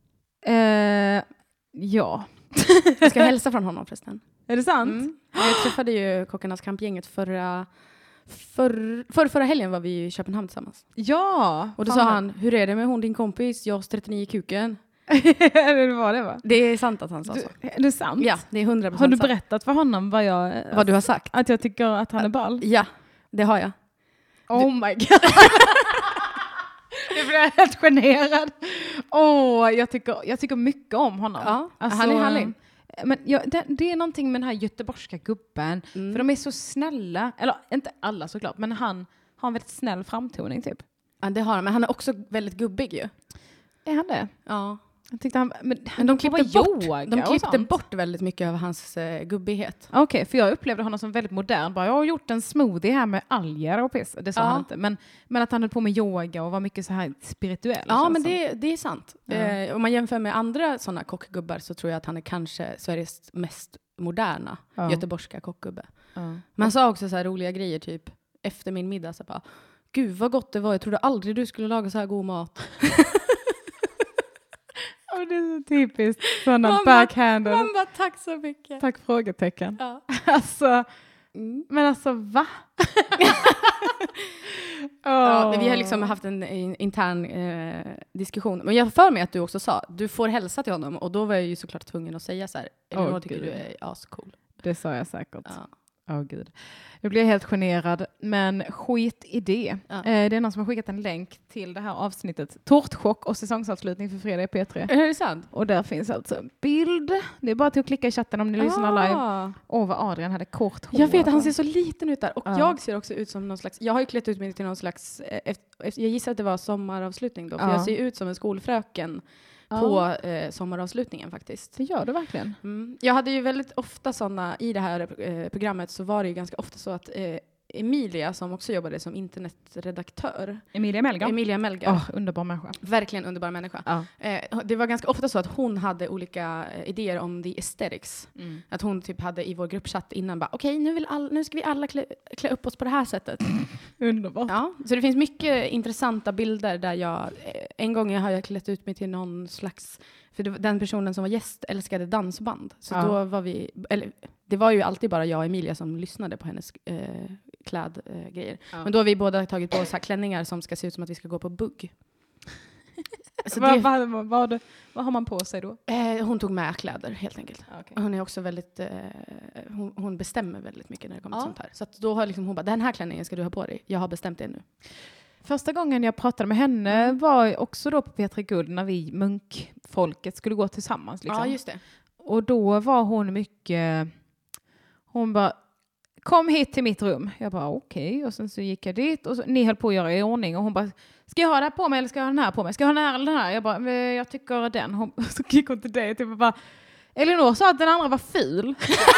Ja. Jag ska hälsa från honom förresten. Är det sant? Jag träffade ju Kockarnas kampgänget förra helgen var vi i Köpenhamn tillsammans. Ja. Och då sa han, hur är det med hon din kompis? Jag har 39 i kuken. Det var det, va? Det är sant att han sa så. Är det sant? Ja, det är 100% Har du sant. berättat för honom vad du har sagt? Att jag tycker att han är ball? Ja, det har jag. Oh my god. Nu blir jag helt generad. Jag tycker mycket om honom. Ja, alltså, han är härlig. Men det är någonting med den här göteborgska gubben. För de är så snälla. Eller inte alla såklart. Men han har en väldigt snäll framtoning typ. Ja, det har han. Men han är också väldigt gubbig ju. Är han det? Ja. Jag tyckte men de klippte bort väldigt mycket av hans gubbighet. Okej, för jag upplevde honom som väldigt modern. Bara, jag har gjort en smoothie här med alger och piss. Det sa han inte. Men att han höll på med yoga och var mycket så här spirituell. Ja, men det är sant. Om man jämför med andra sådana kockgubbar så tror jag att han är kanske Sveriges mest moderna göteborgska kockgubbe. Man sa också så här roliga grejer typ efter min middag så bara, gud vad gott det var. Jag trodde aldrig du skulle laga så här god mat. Det är så typiskt. Sådana backhanded. Man bara, tack så mycket. Tack frågetecken. Ja. Alltså, men alltså va? Ja, vi har liksom haft en intern diskussion. Men jag för mig att du också sa, du får hälsa till honom. Och då var jag ju såklart tvungen att säga så här, jag tycker du är ascool. Det sa jag säkert. Ja. Gud. Jag blir helt generad, men skit i det. Ja. Det är någon som har skickat en länk till det här avsnittet. Tårtchock och säsongsavslutning för fredag i P3. Är det sant? Och där finns alltså en bild. Det är bara till att klicka i chatten om ni lyssnar live. Vad Adrian hade kort hår. Jag vet, han ser så liten ut där. Och jag ser också ut som någon slags, jag har ju klätt ut mig till någon slags, jag gissar att det var sommaravslutning då. För jag ser ut som en skolfröken på sommaravslutningen faktiskt. Det gör du verkligen. Jag hade ju väldigt ofta sådana, i det här programmet så var det ju ganska ofta så att Emilia som också jobbade som internetredaktör. Emilia Melgar. Underbar människa. Verkligen underbar människa. Det var ganska ofta så att hon hade olika idéer om the aesthetics. Att hon typ hade i vår gruppchatt innan bara, okej, nu ska vi alla klä upp oss på det här sättet. Underbart. Ja, så det finns mycket intressanta bilder där en gång har jag klätt ut mig till någon slags, för den personen som var gäst älskade dansband. Så då var det var ju alltid bara jag och Emilia som lyssnade på hennes klädgrejer. Men då har vi båda tagit på oss här klänningar som ska se ut som att vi ska gå på bugg. Så vad har man på sig då? Hon tog med kläder helt enkelt. Okay. Hon är också väldigt, hon bestämmer väldigt mycket när det kommer till sånt här. Så att då har liksom hon bara, den här klänningen ska du ha på dig. Jag har bestämt det nu. Första gången jag pratade med henne var också då på P3 Guld när vi munkfolket skulle gå tillsammans. Liksom. Ja, just det. Och då var hon mycket, hon bara, kom hit till mitt rum. Jag bara okej. Och sen så gick jag dit och ni höll på att göra i ordning. Och hon bara, ska jag ha det här på mig eller ska jag ha den här på mig? Ska jag ha den här eller den här? Jag bara, jag tycker den. Så gick hon till dig och bara, Elinor sa att den andra var ful.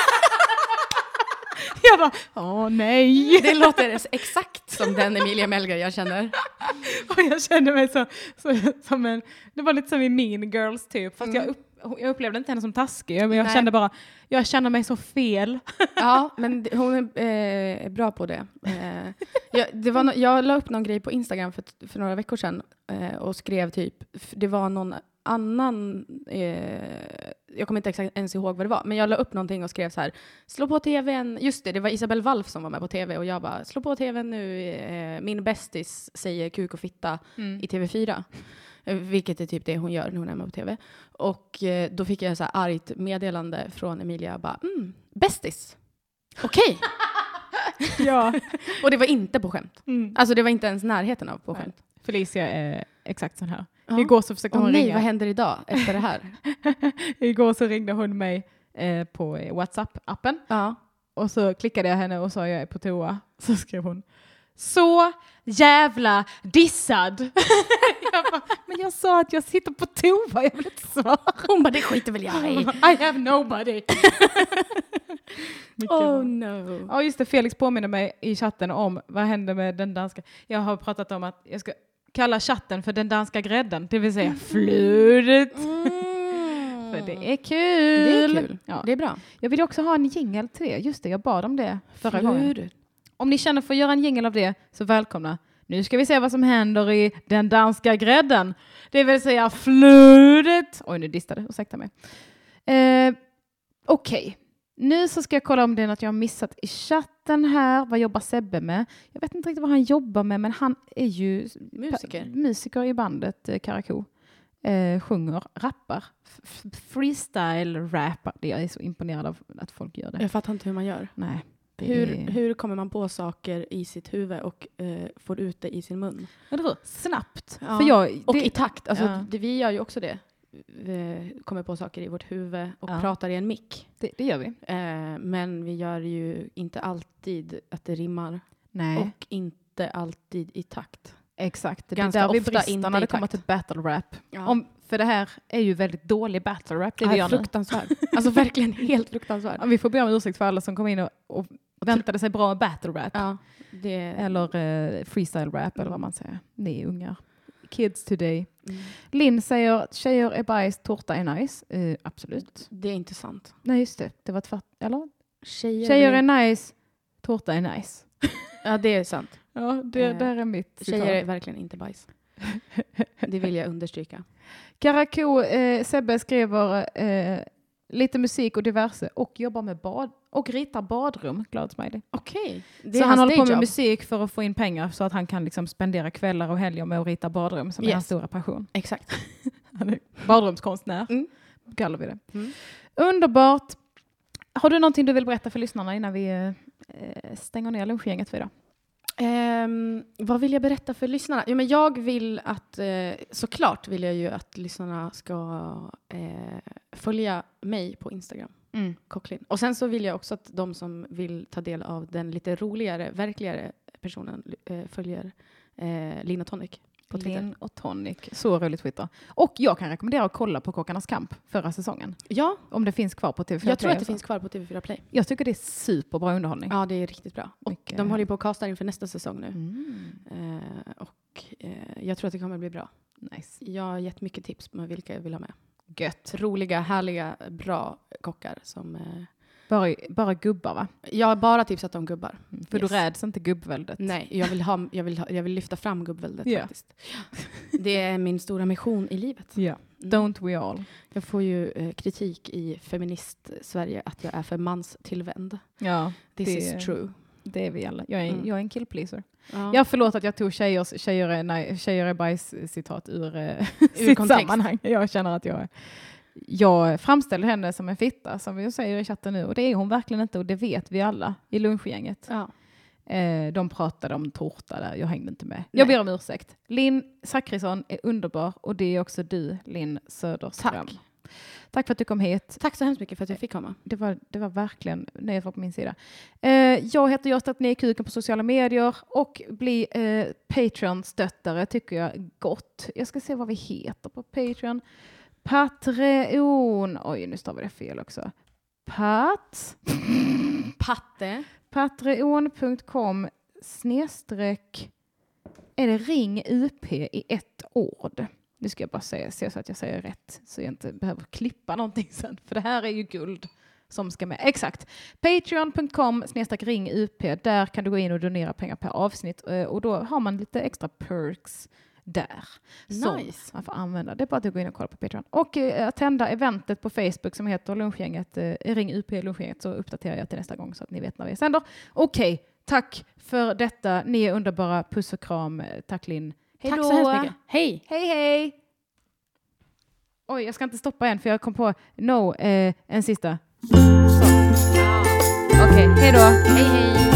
Jag bara, nej. Det låter exakt som den Emilia Melgar jag känner. Och jag kände mig så som en, det var lite som i Mean Girls typ. Fast jag upplevde inte henne som taskig. Men jag kände bara, jag känner mig så fel. Ja, men hon är bra på det. Jag la upp någon grej på Instagram för några veckor sedan. Och skrev typ, det var någon annan, jag kommer inte exakt ens ihåg vad det var, men jag la upp någonting och skrev så här, slå på tvn, just det var Isabel Walf som var med på tv och jag bara, slå på tvn nu, min bästis säger kuk och fitta i TV4, vilket är typ det hon gör när hon är med på tv, och då fick jag så här argt meddelande från Emilia, bara, bästis, okej. Ja. Och det var inte på skämt, alltså det var inte ens närheten av på skämt. Felicia är exakt sån här. Igår så försökte hon ringa. Vad händer idag efter det här? Igår så ringde hon mig på WhatsApp-appen. Ja. Och så klickade jag henne och sa jag är på toa. Så skrev hon, så jävla dissad. Jag bara, men jag sa att jag sitter på toa, jag vill inte svara. Hon bara, det skiter väl jag i. I have nobody. Oh no. Ja just det, Felix påminner mig i chatten om vad hände med den danska. Jag har pratat om att jag ska kalla chatten för den danska grädden. Det vill säga flödet. För det är kul. Det är kul. Ja. Det är bra. Jag vill också ha en jingle till det. Just det, jag bad om det förra gången. Om ni känner för att göra en jingle av det, så välkomna. Nu ska vi se vad som händer i den danska grädden. Det vill säga flödet. Oj, nu distade. Ursäkta mig. Okej. Nu så ska jag kolla om det är något jag har missat i chatten här. Vad jobbar Sebbe med? Jag vet inte riktigt vad han jobbar med, men han är ju musiker i bandet Karakou. Sjunger, rappar, freestyle-rappar. Jag är så imponerad av att folk gör det. Jag fattar inte hur man gör. Nej. Hur kommer man på saker i sitt huvud och får ut det i sin mun? Snabbt. Ja. För och i takt. Alltså, vi gör ju också det. Vi kommer på saker i vårt huvud och pratar i en mick. Det gör vi. Men vi gör ju inte alltid att det rimmar. Nej. Och inte alltid i takt. Exakt. Det Ganska är där vi ofta brister inte när det i kommer takt. till battle rap. Ja. För det här är ju väldigt dålig battle rap. Det vi gör nu. Fruktansvärt. Alltså verkligen helt fruktansvärt. Ja, vi får be om ursäkt för alla som kom in och väntade sig bra battle rap. Ja, Eller freestyle rap eller vad man säger. Ni är ungar. Kids today. Linn säger tjejer är bajs, tårta är nice. Absolut. Det är inte sant. Nej, just det. Det var tvärt. Eller? Tjejer är nice, tårta är nice. Ja, det är sant. Ja, det där är mitt citat. Tjejer är verkligen inte bajs. Det vill jag understryka. Karakou, Sebbe skriver lite musik och diverse och jobbar med och ritar badrum, glad smiley. Okej. Så han håller på med musik för att få in pengar så att han kan liksom spendera kvällar och helger med att rita badrum som är hans stora passion. Exakt. Han är badrumskonstnär. Kallar vi det. Underbart. Har du någonting du vill berätta för lyssnarna innan vi stänger ner lunchgänget för idag? Vad vill jag berätta för lyssnarna? Jo, men jag vill att, såklart vill jag ju att lyssnarna ska följa mig på Instagram. Cocklin. Och sen så vill jag också att de som vill ta del av den lite roligare, verkligare personen följer Linn och Tonic på Twitter. Linn och Tonic, så roligt Twitter. Och jag kan rekommendera att kolla på Kockarnas kamp förra säsongen. Ja. Om det finns kvar på TV4 Play. Jag tror att det finns kvar på TV4 Play. Jag tycker det är superbra underhållning. Ja, det är riktigt bra. Och de håller ju på att casta inför nästa säsong nu. Jag tror att det kommer bli bra. Nice. Jag har gett mycket tips med vilka jag vill ha med. Gött. Roliga, härliga, bra kockar som... Bara gubbar, va? Jag har bara tipsat om gubbar. För du räds inte gubbväldet. Nej, jag vill lyfta fram gubbväldet faktiskt. Det är min stora mission i livet. Ja. Don't we all. Jag får ju kritik i feminist-Sverige att jag är för manstillvänd. Ja. This is true. Det är vi alla. Jag är en killpleaser. Ja. Jag förlåt att jag tog tjejer är bajs-citat ur sitt kontext. sammanhang. Jag känner att jag framställer henne som en fitta, som vi säger i chatten nu. Och det är hon verkligen inte, och det vet vi alla i lunchgänget. Ja. De pratade om tårta där, jag hängde inte med. Jag ber om ursäkt. Linn Zachrisson är underbar, och det är också du, Linn Söderström. Tack för att du kom hit. Tack så hemskt mycket för att jag fick komma. Det var verkligen nöjet var på min sida. Jag heter Gösta ner kuken på sociala medier, och bli Patreon-stöttare tycker jag gott. Jag ska se vad vi heter på Patreon. Patreon. Oj, nu stavar det fel också. Patte. Patreon.com/ är det ring UP i ett ord. Nu ska jag bara se så att jag säger rätt, så jag inte behöver klippa någonting sen. För det här är ju guld som ska med. Exakt. Patreon.com/ ring UP. Där kan du gå in och donera pengar per avsnitt. Och då har man lite extra perks där. Nice. Man får använda. Det är bara att gå in och kolla på Patreon. Och attenda eventet på Facebook som heter Lunchgänget. Ring UP Lunchgänget, så uppdaterar jag till nästa gång så att ni vet när vi sänder. Okej, tack för detta. Ni är underbara. Puss och kram. Tack Linn. Tack så hemskt mycket. Hej. Hej, hej. Oj, jag ska inte stoppa än för jag kom på en sista. Okej, hej då. Hej, hej.